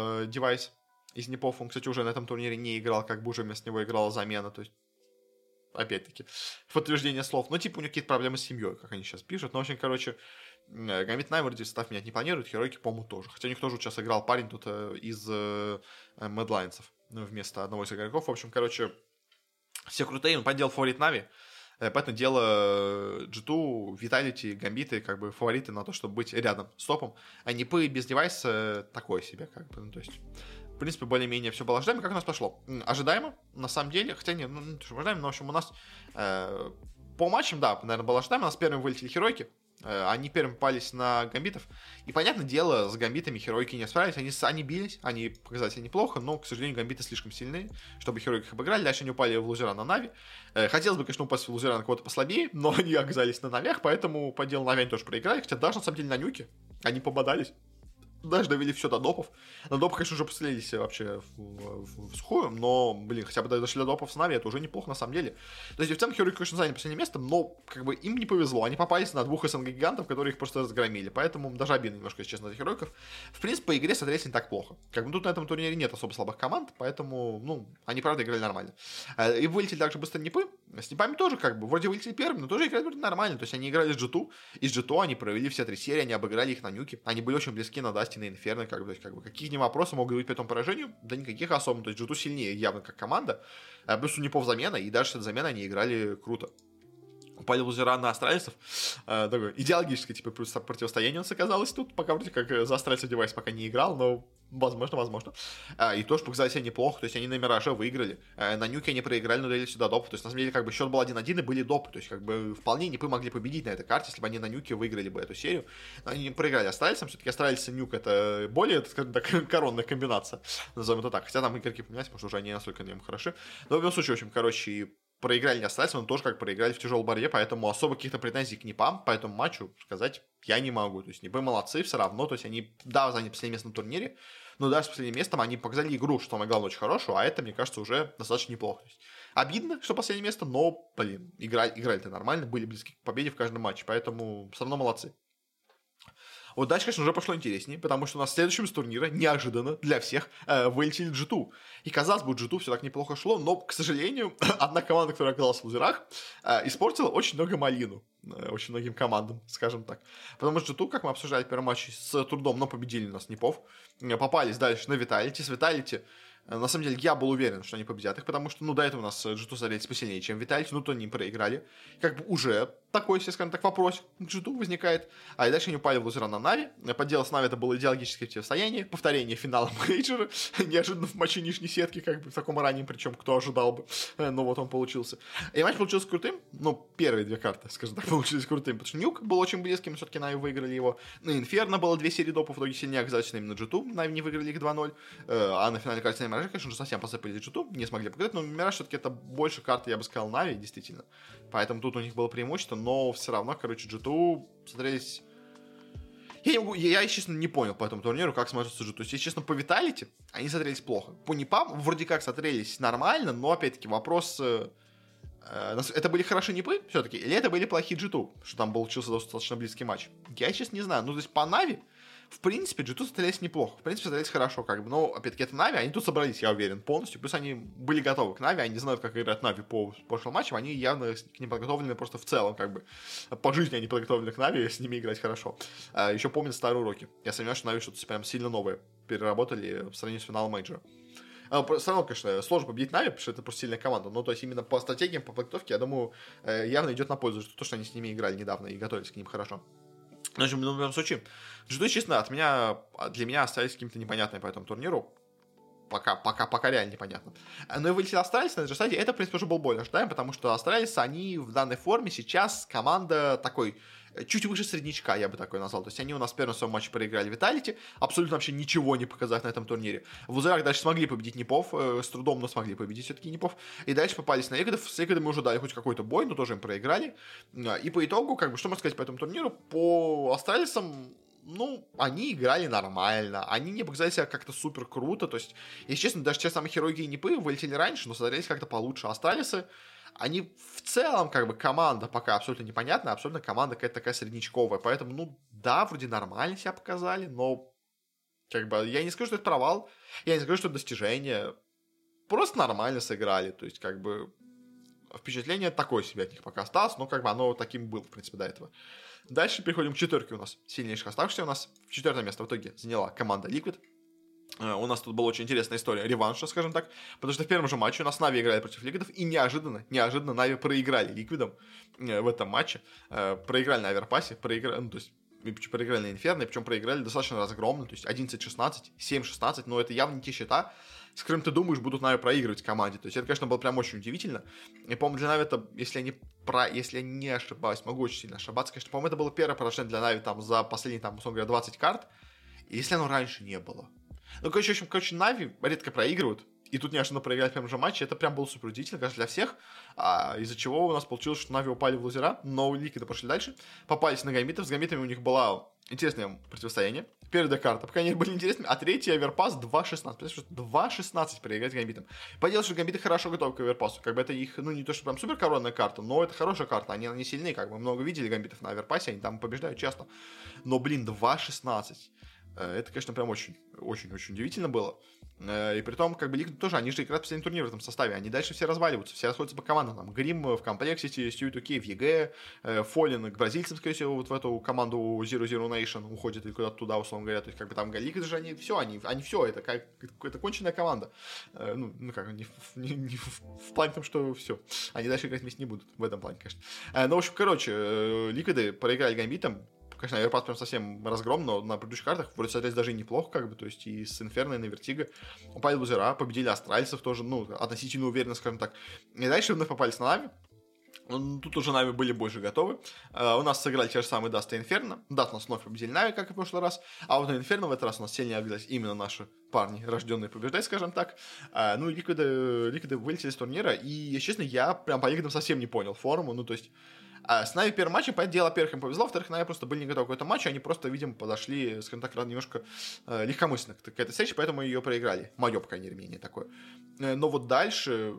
девайс из Нипов, он, кстати, уже на этом турнире не играл, как бы уже вместо него играла замена, то есть опять-таки, в подтверждение слов. Но, типа, у них какие-то проблемы с семьей, как они сейчас пишут. Ну, в общем, короче, Гамбит Найм вроде состав менять не планирует, Хироки, по-моему, тоже. Хотя у них тоже сейчас играл парень тут из Мэдлайнсов вместо одного из игроков. В общем, короче, все крутые, он поддел фаворит Нави. Поэтому дело G2, Vitality, Гамбиты, как бы фавориты на то, чтобы быть рядом с топом. А Нипы без девайса такое себе, как бы, ну, то есть... В принципе, более-менее все было ожидаемо. Как у нас пошло? Ожидаемо, на самом деле. Хотя нет, ну, не то, что ожидаемо, но, в общем, у нас по матчам, да, наверное, было ожидаемо. У нас первыми вылетели Херойки. Они первыми попались на Гамбитов. И, понятное дело, с Гамбитами Херойки не справились. Они бились, они показали себя неплохо, но, к сожалению, Гамбиты слишком сильные, чтобы Херойки их обыграли. Дальше они упали в лузера на Нави. Хотелось бы, конечно, упасть в лузера на кого-то послабее, но они оказались на Навях, поэтому по делу Нави они тоже проиграли. Хотя даже, на самом деле, на Нюке они пободались. Даже довели все до допов. На допах, конечно, уже пострелились вообще в сухую, но, блин, хотя бы дошли до допов с Нави, это уже неплохо на самом деле. То есть в целом Херойки, конечно, заняли последнее место, но как бы им не повезло. Они попались на двух СНГ-гигантов, которые их просто разгромили. Поэтому даже обидно немножко, если честно, за Херойков. В принципе, по игре смотрелись не так плохо. Как бы тут на этом турнире нет особо слабых команд, поэтому, ну, они, правда, играли нормально. И вылетели также быстро Нипы. С Нипами тоже как бы, вроде вылетели первыми, но тоже играли нормально. То есть они играли с G2, и с G2 они провели все 3 серии, они обыграли их на Нюке. Они были очень близки на Дасти, на Инферно, как бы. То есть, как бы, какие вопросы могут быть по этому поражению? Да никаких особо. То есть, G2 сильнее явно как команда. Плюс у Нипов замена, и даже с этой заменой они играли круто. Упали лузера на астральцев. Такое идеологическое, типа, противостояние у нас оказалось тут. Пока вроде как за астральцев девайс пока не играл, но возможно. И тоже показали себя неплохо. То есть они на Мираже выиграли. На Нюке они проиграли, но дали сюда доп. То есть на самом деле как бы счет был 1-1 и были допы. То есть как бы вполне Нипы могли победить на этой карте, если бы они на Нюке выиграли бы эту серию. Но они проиграли астральцам. Все-таки астральцы и Нюк это более, скажем так, коронная комбинация. Назовем это так. Хотя там игроки поменялись, потому что уже они настолько на нем хороши. Но в любом случае, в общем, короче, проиграли не астральцам, но тоже как проиграли в тяжелой борьбе, поэтому особо каких-то претензий к Нипам по этому матчу сказать я не могу. То есть Нипы молодцы все равно, то есть они, да, заняли последнее место на турнире, но даже с последним местом они показали игру, что самое главное, очень хорошую, а это, мне кажется, уже достаточно неплохо. То есть, обидно, что последнее место, но, блин, играли-то нормально, были близки к победе в каждом матче, поэтому все равно молодцы. Вот дальше, конечно, уже пошло интереснее, потому что у нас следующим с турнира, неожиданно для всех, вылетели G2. И, казалось бы, G2 все так неплохо шло, но, к сожалению, одна команда, которая оказалась в лузерах, испортила очень много малину. Очень многим командам, скажем так. Потому что G2, как мы обсуждали в первом матче, с трудом, но победили нас Нипов. Попались дальше на Vitality. С Vitality, на самом деле, я был уверен, что они победят их, потому что, ну, до этого у нас G2 смотрелись посильнее, чем Vitality, ну, то они проиграли. Как бы уже такой, если скажем так, вопрос к G2 возникает. А и дальше они упали в лузера на Нави. По делу с Нави это было идеологическое противостояние, повторение финала мейджора, неожиданно в матче нижней сетки, как бы в таком раннем, причем кто ожидал бы. Но вот он получился. И матч получился крутым, ну, первые две карты, скажем так, получились крутым, потому что Нюк был очень близким, все-таки Нави выиграли его. На Инферно было 2 серии допов, в итоге сильнее оказались именно G2, Нави не выиграли их 2-0. А на финальной карте на Мираже, конечно же, совсем посыпались G2, не смогли показать, но Мираж все-таки это больше карты, я бы сказал, Нави, действительно. Поэтому тут у них было преимущество, но все равно, короче, G2 смотрелись... Я, честно, не понял по этому турниру, как смотрится G2. То есть, честно, по Vitality они смотрелись плохо. По Нипам вроде как смотрелись нормально, но, опять-таки, вопрос... Это были хорошие Нипы все-таки, или это были плохие G2, что там получился достаточно близкий матч? Я, честно, не знаю. Ну, то есть, по Нави, в принципе, G2 смотрелись неплохо. В принципе, смотрелись хорошо, как бы. Но, опять-таки, это Нави, они тут собрались, я уверен, полностью. Плюс они были готовы к Нави, они знают, как играть Нави по прошлым матчам. Они явно к ним подготовлены просто в целом, как бы. По жизни они подготовлены к Нави, с ними играть хорошо. Еще помнят старые уроки. Я сомневаюсь, что Нави что-то прям сильно новое переработали в сравнении с финалом мейджора. Все равно, конечно, сложно победить Нави, потому что это просто сильная команда. Но, то есть, именно по стратегиям, по подготовке, я думаю, явно идет на пользу. То, что они с ними играли недавно и готовились к ним хорошо. В общем, в любом случае, G2, честно, для меня остались каким-то непонятными по этому турниру. Пока реально непонятно. Но и вылетели Астралис на этой же стадии, это, в принципе, уже был более ожидаем, потому что Астралис, они в данной форме сейчас команда такой, чуть выше среднячка, я бы такой назвал. То есть они у нас в первом своем матче проиграли Vitality, абсолютно вообще ничего не показав на этом турнире. В лузерах дальше смогли победить Нипов, с трудом, но смогли победить все-таки Нипов. И дальше попались на Эгодов, с Эгодами уже дали хоть какой-то бой, но тоже им проиграли. И по итогу, как бы, что можно сказать по этому турниру, по Астралисам, ну, они играли нормально, они не показали себя как-то супер круто, то есть, если честно, даже те самые Херойки и Нипы вылетели раньше, но смотрелись как-то получше. Астралисы, они в целом, как бы, команда пока абсолютно непонятная, абсолютно команда какая-то такая среднячковая, поэтому, ну, да, вроде нормально себя показали, но, как бы, я не скажу, что это провал, я не скажу, что это достижение, просто нормально сыграли, то есть, как бы, впечатление такое себе от них пока осталось, но как бы оно таким было, в принципе, до этого. Дальше переходим к четверке у нас сильнейших оставшихся. У нас в 4 место в итоге заняла команда Liquid. У нас тут была очень интересная история реванша, скажем так, потому что в первом же матче у нас Нави играли против Ликвидов, и неожиданно Нави проиграли Ликвидам в этом матче. Проиграли на Аверпасе, ну, то есть проиграли на Инферно, причем проиграли достаточно разгромно, то есть 11-16, 7-16, но это явно не те счета, с которым ты думаешь, будут Нави проигрывать команде. То есть это, конечно, было прям очень удивительно. И, по-моему, для Нави это, если я не ошибаюсь, могу очень сильно ошибаться, конечно, по-моему, это было первое поражение для Нави там за последние, там, условно говоря, 20 карт, если оно раньше не было. Ну, короче, Нави редко проигрывают, и тут неожиданно проиграть в первом же матче, это прям было супер удивительно, кажется, для всех, из-за чего у нас получилось, что Нави упали в лузера, но Ликвиды пошли дальше, попались на Гамбитов, с Гамбитами у них было интересное противостояние, первая карта, пока они были интересными, а третья Аверпас 2-16, представляешь, что 2-16 проиграть Гамбитам. Поделать, что Гамбиты хорошо готовы к Аверпасу, как бы это их, ну, не то, что прям супер коронная карта, но это хорошая карта, они не сильны, как бы, много видели Гамбитов на Аверпасе, они там побеждают часто, но, 2-16. Это, конечно, прям очень-очень удивительно было. И при том, как бы, Ликвид тоже, они же играют последний турнир в этом составе, они дальше все разваливаются, все расходятся по командам, там, Грим в Complexity, Стьюи 2K в ЕГЭ, Фоллин к бразильцам, скорее всего, вот в эту команду Zero Zero Nation уходит и куда-то туда, условно говоря, то есть, как бы, там, Ликвид же, они все, это какая-то конченая команда, ну как, не в плане том, что все, они дальше играть вместе не будут, в этом плане, конечно. Ну, в общем, короче, Ликвиды проиграли Гамбитам. Конечно, Аверпас прям совсем разгром, но на предыдущих картах вроде смотрелись даже и неплохо, как бы, то есть и с Инферно, и на Вертиго упали в лузера, победили астральцев тоже, ну, относительно уверенно, скажем так. И дальше вновь попались на Нави. Тут уже Нави были больше готовы. У нас сыграли те же самые Даст и Инферно. Даст нас вновь победили Нави, как и в прошлый раз. А вот на Инферно в этот раз у нас сильнее оказались именно наши парни, рожденные побеждать, скажем так. Ну и Ликвиды вылетели с турнира. И, если честно, я прям по Ликвидам совсем не понял форму. Ну, то есть, с Нави первым матчем, понятное дело, во-первых, им повезло, во-вторых, Нави просто были не готовы к этому матчу, они просто, видимо, подошли, скажем так, немножко легкомысленно к этой встрече, поэтому ее проиграли. Мое, по крайней мере, мнение такое. Но вот дальше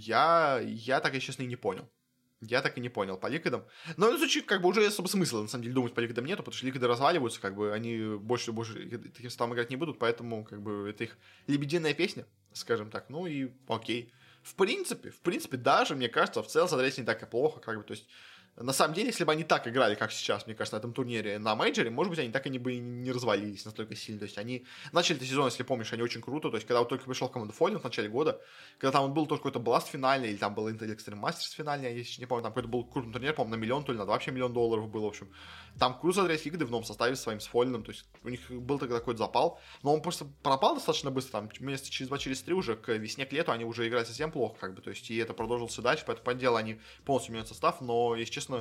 я так, если честно, и не понял. Я так и не понял по Ликвидам. Но в этом случае, как бы, уже особо смысла, на самом деле, думать по Ликвидам нету, потому что Ликвиды разваливаются, как бы, они больше таким составом играть не будут, поэтому, как бы, это их лебединая песня, скажем так, ну и окей. В принципе, даже, мне кажется, в целом смотреть не так и плохо, как бы, то есть, на самом деле, если бы они так играли, как сейчас, мне кажется, на этом турнире, на мейджоре, может быть, они так и не развалились настолько сильно. То есть они начали этот сезон, если помнишь, они очень круто. То есть когда вот только пришел в команду Fallen в начале года, когда там был тоже какой-то Blast финальный, или там был Intel Extreme Masters финальный, я не помню, там какой-то был крупный турнир, по-моему, на миллион, то ли на 2 вообще $1 миллион был, в общем. Там круто смотреть Ликвиды в новом составе с своим с Fallen, то есть у них был тогда какой-то запал, но он просто пропал достаточно быстро, там месяца через 2-3 уже к весне, к лету они уже играли совсем плохо, как бы, то есть и это продолжилось и дальше, поэтому, по делу, они полностью меняют состав, но, если честно,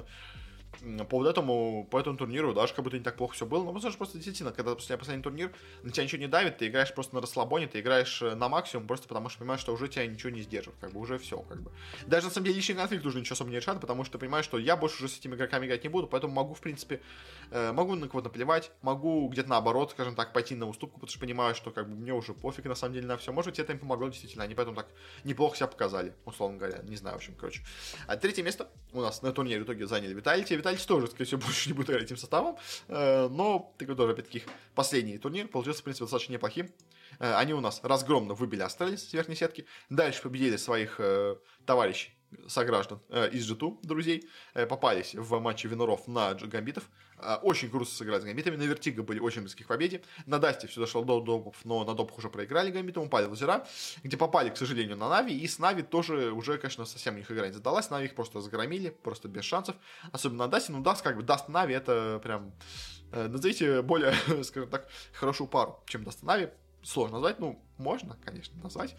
по этому турниру даже как будто не так плохо все было. Но возможно, просто действительно, когда после последний турнир на тебя ничего не давит, ты играешь просто на расслабоне, ты играешь на максимум, просто потому что понимаешь, что уже тебя ничего не сдерживает, как бы уже все, как бы. Даже на самом деле личный конфликт уже ничего особо не решает, потому что ты понимаешь, что я больше уже с этими игроками играть не буду, поэтому могу, в принципе, могу на кого-то наплевать, могу где-то наоборот, скажем так, пойти на уступку, потому что понимаю, что как бы мне уже пофиг на самом деле на все. Может быть, это им помогло действительно, они поэтому так неплохо себя показали, условно говоря, не знаю, в общем, короче. А третье место у нас на турнире в итоге заняли Vitality. Vitality тоже, скорее всего, больше не будет играть этим составом, но такой тоже, опять-таки, последний турнир получился, в принципе, достаточно неплохим. Они у нас разгромно выбили Астралис с верхней сетки, дальше победили своих товарищей, сограждан из G2, друзей, попались в матче Виноров на Гамбитов, очень круто сыграли с Гамбитами, на Вертиго были очень близки к победе, на Дасте все дошло до допов, но на допах уже проиграли Гамбитам, упали в лузера, где попали, к сожалению, на Нави, и с Нави тоже уже, конечно, совсем у них игра не задалась, Нави их просто загромили, просто без шансов, особенно на Дасте, ну Даст, как бы, Даст Нави, это прям, назовите более, скажем так, хорошую пару, чем Даст Нави. Сложно назвать, ну, можно, конечно, назвать.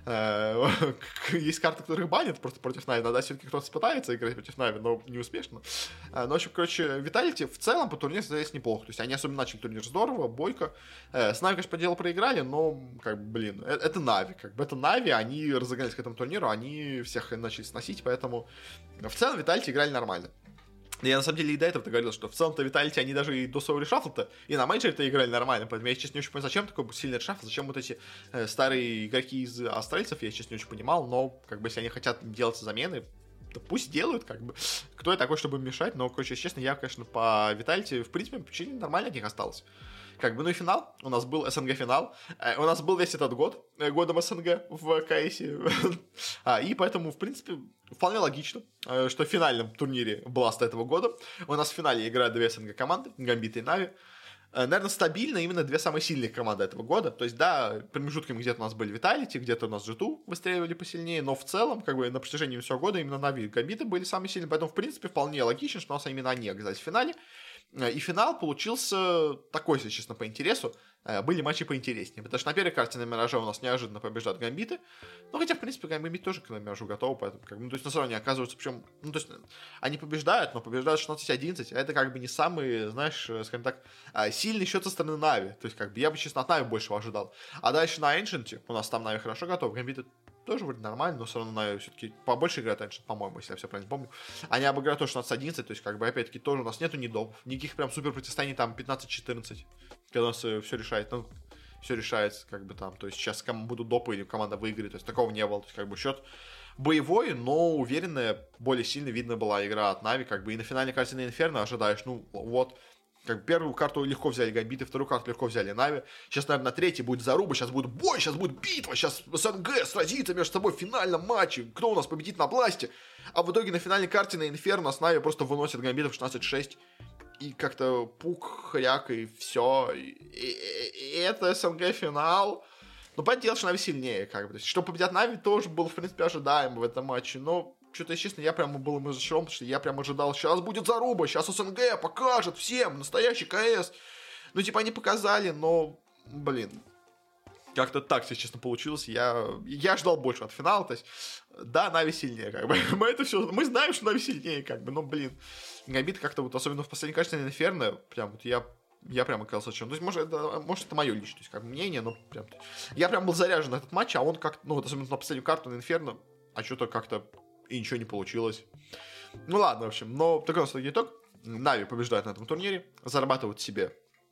Есть карты, которых банят просто против Нави. Надо все-таки кто-то пытается играть против Нави, но не успешно. Ну, в общем, короче, Vitality в целом по турниру смотрелись неплохо. То есть они особенно начали турнир здорово, бойко. С Нави, конечно, по делу проиграли, но, как бы, блин, это Нави. Как бы это Нави, они разогнались к этому турниру, они всех начали сносить, поэтому в целом Vitality играли нормально. Я, на самом деле, и до этого говорил, что в целом-то Vitality, они даже и до своего решафла-то, и на мейджоре-то играли нормально, поэтому я, честно, не очень понимаю, зачем такой сильный решафл, зачем вот эти старые игроки из астральцев, я, честно, не очень понимал, но, как бы, если они хотят делать замены, то пусть делают, как бы, кто я такой, чтобы им мешать, но, короче, честно, я, конечно, по Vitality, в принципе, впечатление нормально от них осталось. Как бы, ну и финал. У нас был СНГ-финал. У нас был весь этот год, годом СНГ в КСе. И поэтому, в принципе, вполне логично, что в финальном турнире Бласта этого года у нас в финале играют две СНГ команды, Гамбит и Нави. Наверное, стабильно именно две самые сильные команды этого года. То есть, да, промежутками где-то у нас были Vitality, где-то у нас G2 выстреливали посильнее, но в целом, как бы, на протяжении всего года именно Нави и Гамбиты были самые сильные. Поэтому, в принципе, вполне логично, что у нас именно они оказались в финале. И финал получился такой, если честно, по интересу. Были матчи поинтереснее. Потому что на первой карте на Мираже у нас неожиданно побеждают Гамбиты. Ну, хотя, в принципе, Гамбит тоже к Миражу готовы. Поэтому, как бы, ну, то есть, на самом деле, оказывается, причем... Ну, то есть, они побеждают, но побеждают 16-11. А это, как бы, не самый, знаешь, скажем так, сильный счет со стороны Нави. То есть, как бы, я бы, честно, от Нави большего ожидал. А дальше на Ancient у нас там Нави хорошо готовы. Гамбиты тоже вроде нормально, но все равно Нави все-таки побольше играют Ancient, по-моему, если я все правильно помню. Они обыграют тоже 16-11, то есть, как бы, опять-таки, тоже у нас нету недопов. Никаких прям супер противостояний там 15-14, когда у нас все решает, ну, все решается, как бы там, то есть сейчас кому будут допы или команда выиграет, то есть такого не было, то есть как бы счет боевой, но уверенная, более сильно видно была игра от Нави, как бы и на финальной карте на Инферно ожидаешь, ну вот, как бы первую карту легко взяли Гамбиты, вторую карту легко взяли Нави, сейчас, наверное, на третьей будет заруба, сейчас будет бой, сейчас будет битва, сейчас СНГ сразится между собой в финальном матче, кто у нас победит на Бласте, а в итоге на финальной карте на Инферно с Нави просто выносят Гамбитов 16-6, и как-то пук, хряк, и все. И это СНГ финал. Ну, понятное дело, что Нави сильнее, как бы. То есть, что победят Нави, тоже было, в принципе, ожидаемо в этом матче. Но, что-то, честно, я прямо был им разочарован, потому что я прям ожидал, сейчас будет заруба, сейчас СНГ покажет всем настоящий КС. Ну, типа, они показали, но, блин, как-то так, если честно, получилось. Я ждал больше от финала. То есть, да, Нави сильнее, как бы. Мы знаем, что Нави сильнее, как бы, но, блин. Гамбит как-то вот, особенно в последней качестве на Инферно, прям вот я прям оказался чем. То есть, может, это мое личное, то есть, как мнение, но прям... Я прям был заряжен на этот матч, а он как, ну, вот, особенно на последнюю карту на Инферно, а что-то как-то и ничего не получилось. Ну, ладно, в общем, но такой у нас итог. Нави побеждают на этом турнире, зарабатывают себе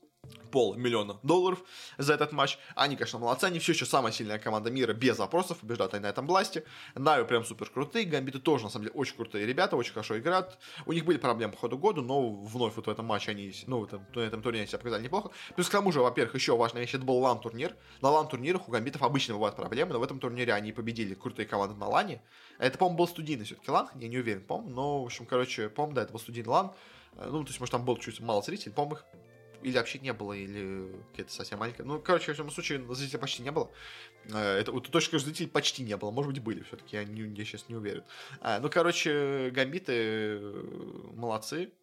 $500,000 за этот матч. Они, конечно, молодцы, они все еще самая сильная команда мира без вопросов, побеждают они на этом Бласте. Нави прям супер крутые, Гамбиты тоже, на самом деле, очень крутые ребята, очень хорошо играют. У них были проблемы по ходу года, но вновь вот в этом матче они, ну, на этом турнире себя показали неплохо. Плюс к тому же, во-первых, еще важная вещь, это был лан-турнир. На лан-турнирах у Гамбитов обычно бывают проблемы, но в этом турнире они победили крутые команды на лане. Это, по-моему, был студийный все-таки лан, я не уверен, по-моему, но, в общем, короче, по-моему, да, это был студийный лан. Ну, то есть, может, там было чуть мало зрителей, по-моему, их или вообще не было, или какая-то совсем маленькая. Ну, короче, в любом случае, зрителей почти не было. Это вот точка зрителей почти не было. Может быть, были все-таки, я сейчас не уверен. Ну, короче, Гамбиты молодцы.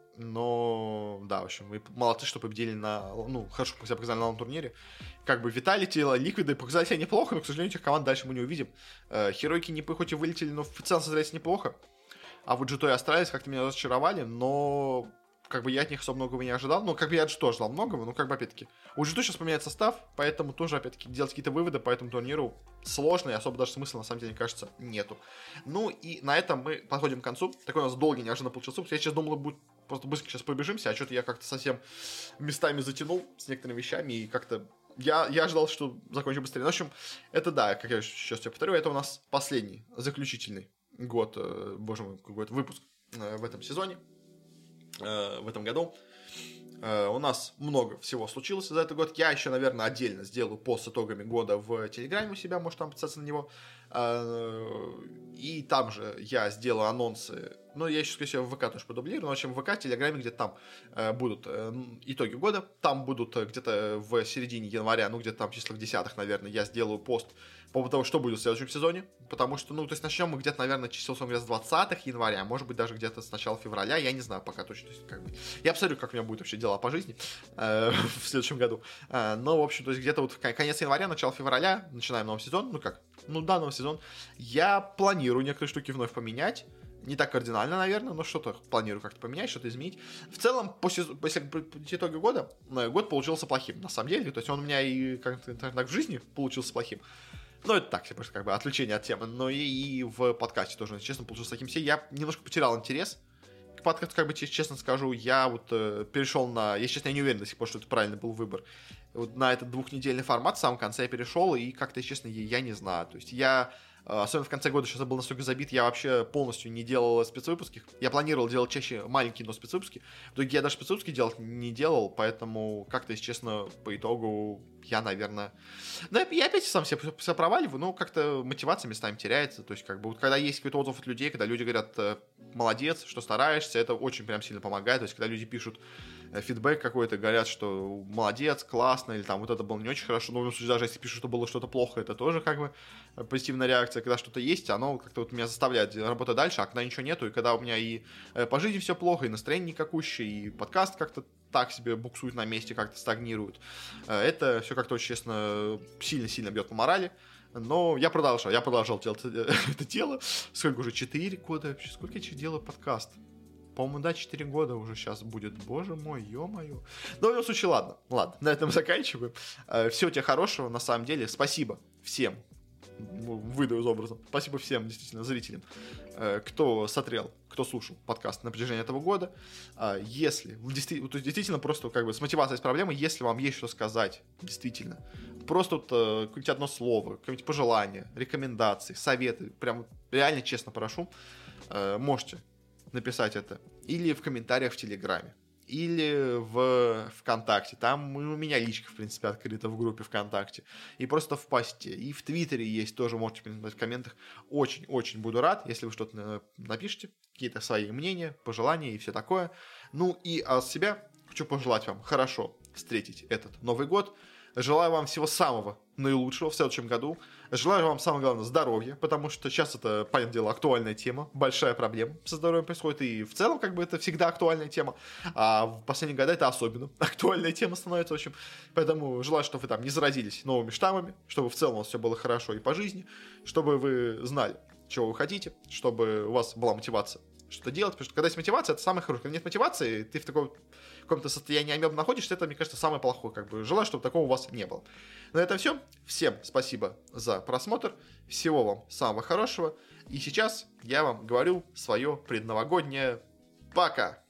Но, да, в общем, молодцы, что победили на... Ну, хорошо себя показали на турнире. Как бы Vitality, Ликвиды показали себя неплохо, но, к сожалению, этих команд дальше мы не увидим. Херойки хоть и вылетели, но в целом смотрелись неплохо. А вот G2 и Astralis как-то меня разочаровали, но... Как бы я от них особо многого не ожидал. Ну, как бы я тоже ждал многого, но как бы опять-таки. У G2 сейчас поменяет состав, поэтому тоже опять-таки делать какие-то выводы по этому турниру сложно, и особо даже смысла на самом деле, кажется, нету. Ну и на этом мы подходим к концу. Такой у нас долгий, неожиданно получился. Я сейчас думал, будет просто быстро сейчас пробежимся, а что-то я как-то совсем местами затянул с некоторыми вещами, и как-то я ожидал, что закончу быстрее. Ну, в общем, это да, как я сейчас тебе повторю, это у нас последний, заключительный год, боже мой, какой-то выпуск в этом сезоне. В этом году. У нас много всего случилось за этот год. Я еще, наверное, отдельно сделаю пост с итогами года в Телеграме у себя, может там подписаться на него. И там же я сделаю анонсы. Ну, я еще, скорее всего, в ВК тоже продублирую. Но, в общем, в ВК, Телеграме, где-то там будут итоги года. Там будут где-то в середине января, ну, где-то там в числах десятых, наверное, я сделаю пост по поводу того, что будет в следующем сезоне. Потому что, ну, то есть начнем мы где-то, наверное, чисел, с 20 января, может быть, даже где-то с начала февраля. Я не знаю пока точно. То есть, как бы, я посмотрю, как у меня будут вообще дела по жизни в следующем году. Но, в общем, то есть где-то вот в конец января, начало февраля начинаем новый сезон. Ну, как? Ну, да, новый сезон. Я планирую некоторые штуки вновь поменять. Не так кардинально, наверное, но что-то планирую как-то поменять, что-то изменить. В целом, если подвести итоги года, год получился плохим, на самом деле. То есть он у меня и как-то так в жизни получился плохим. Ну, это так, просто как бы отвлечение от темы. Но и в подкасте тоже, честно, получился таким себе. Я немножко потерял интерес к подкасту, как бы честно скажу. Я вот перешел на... Я, честно, я не уверен до сих пор, что это правильный был выбор. Вот на этот двухнедельный формат в самом конце я перешел, и как-то, честно, я не знаю. То есть я Особенно в конце года сейчас я был настолько забит, я вообще полностью не делал спецвыпуски. Я планировал делать чаще маленькие, но спецвыпуски. В итоге я даже спецвыпуски делать не делал, поэтому как-то, если честно, по итогу я, наверное... Ну, я опять сам все проваливаю, но как-то мотивация местами теряется. То есть, как бы, вот когда есть какой-то отзыв от людей, когда люди говорят, молодец, что стараешься, это очень прям сильно помогает. То есть, когда люди пишут фидбэк какой-то, говорят, что молодец, классно, или там вот это было не очень хорошо, но в любом случае, даже если пишут, что было что-то плохо, это тоже как бы позитивная реакция. Когда что-то есть, оно как-то вот меня заставляет работать дальше, а когда ничего нету, и когда у меня и по жизни все плохо, и настроение никакущее, и подкаст как-то так себе буксует на месте, как-то стагнирует, это все как-то очень, честно, сильно-сильно бьет по морали. Но я продолжал делать это дело. Сколько уже? 4 года вообще? Сколько я делаю подкаст? По-моему, да, 4 года уже сейчас будет. Боже мой, ё-моё. Но в любом случае, ладно, на этом заканчиваем. Всего тебе хорошего, на самом деле. Спасибо всем. Выйду из образа. Спасибо всем, действительно, зрителям, кто смотрел, кто слушал подкаст на протяжении этого года. Если действительно просто как бы с мотивацией есть проблемы, если вам есть что сказать, действительно, просто вот какое-нибудь одно слово, какое-нибудь пожелание, рекомендации, советы, прям реально честно прошу, можете написать это или в комментариях в Телеграме, или в ВКонтакте. Там у меня личка, в принципе, открыта в группе ВКонтакте. И просто в посте. И в Твиттере есть, тоже можете написать в комментах. Очень-очень буду рад, если вы что-то напишите, какие-то свои мнения, пожелания и все такое. Ну и от себя хочу пожелать вам хорошо встретить этот Новый год. Желаю вам всего самого наилучшего в следующем году. Желаю вам, самое главное, здоровья, потому что сейчас это, понятное дело, актуальная тема, большая проблема со здоровьем происходит, и в целом, как бы, это всегда актуальная тема, а в последние годы это особенно актуальная тема становится, в общем. Поэтому желаю, чтобы вы там не заразились новыми штаммами, чтобы в целом у вас все было хорошо и по жизни, чтобы вы знали, чего вы хотите, чтобы у вас была мотивация что-то делать, потому что когда есть мотивация, это самое хорошее. Когда нет мотивации, ты в каком-то состоянии амебы находишься, это, мне кажется, самое плохое. Как бы желаю, чтобы такого у вас не было. На этом все. Всем спасибо за просмотр. Всего вам самого хорошего. И сейчас я вам говорю свое предновогоднее пока.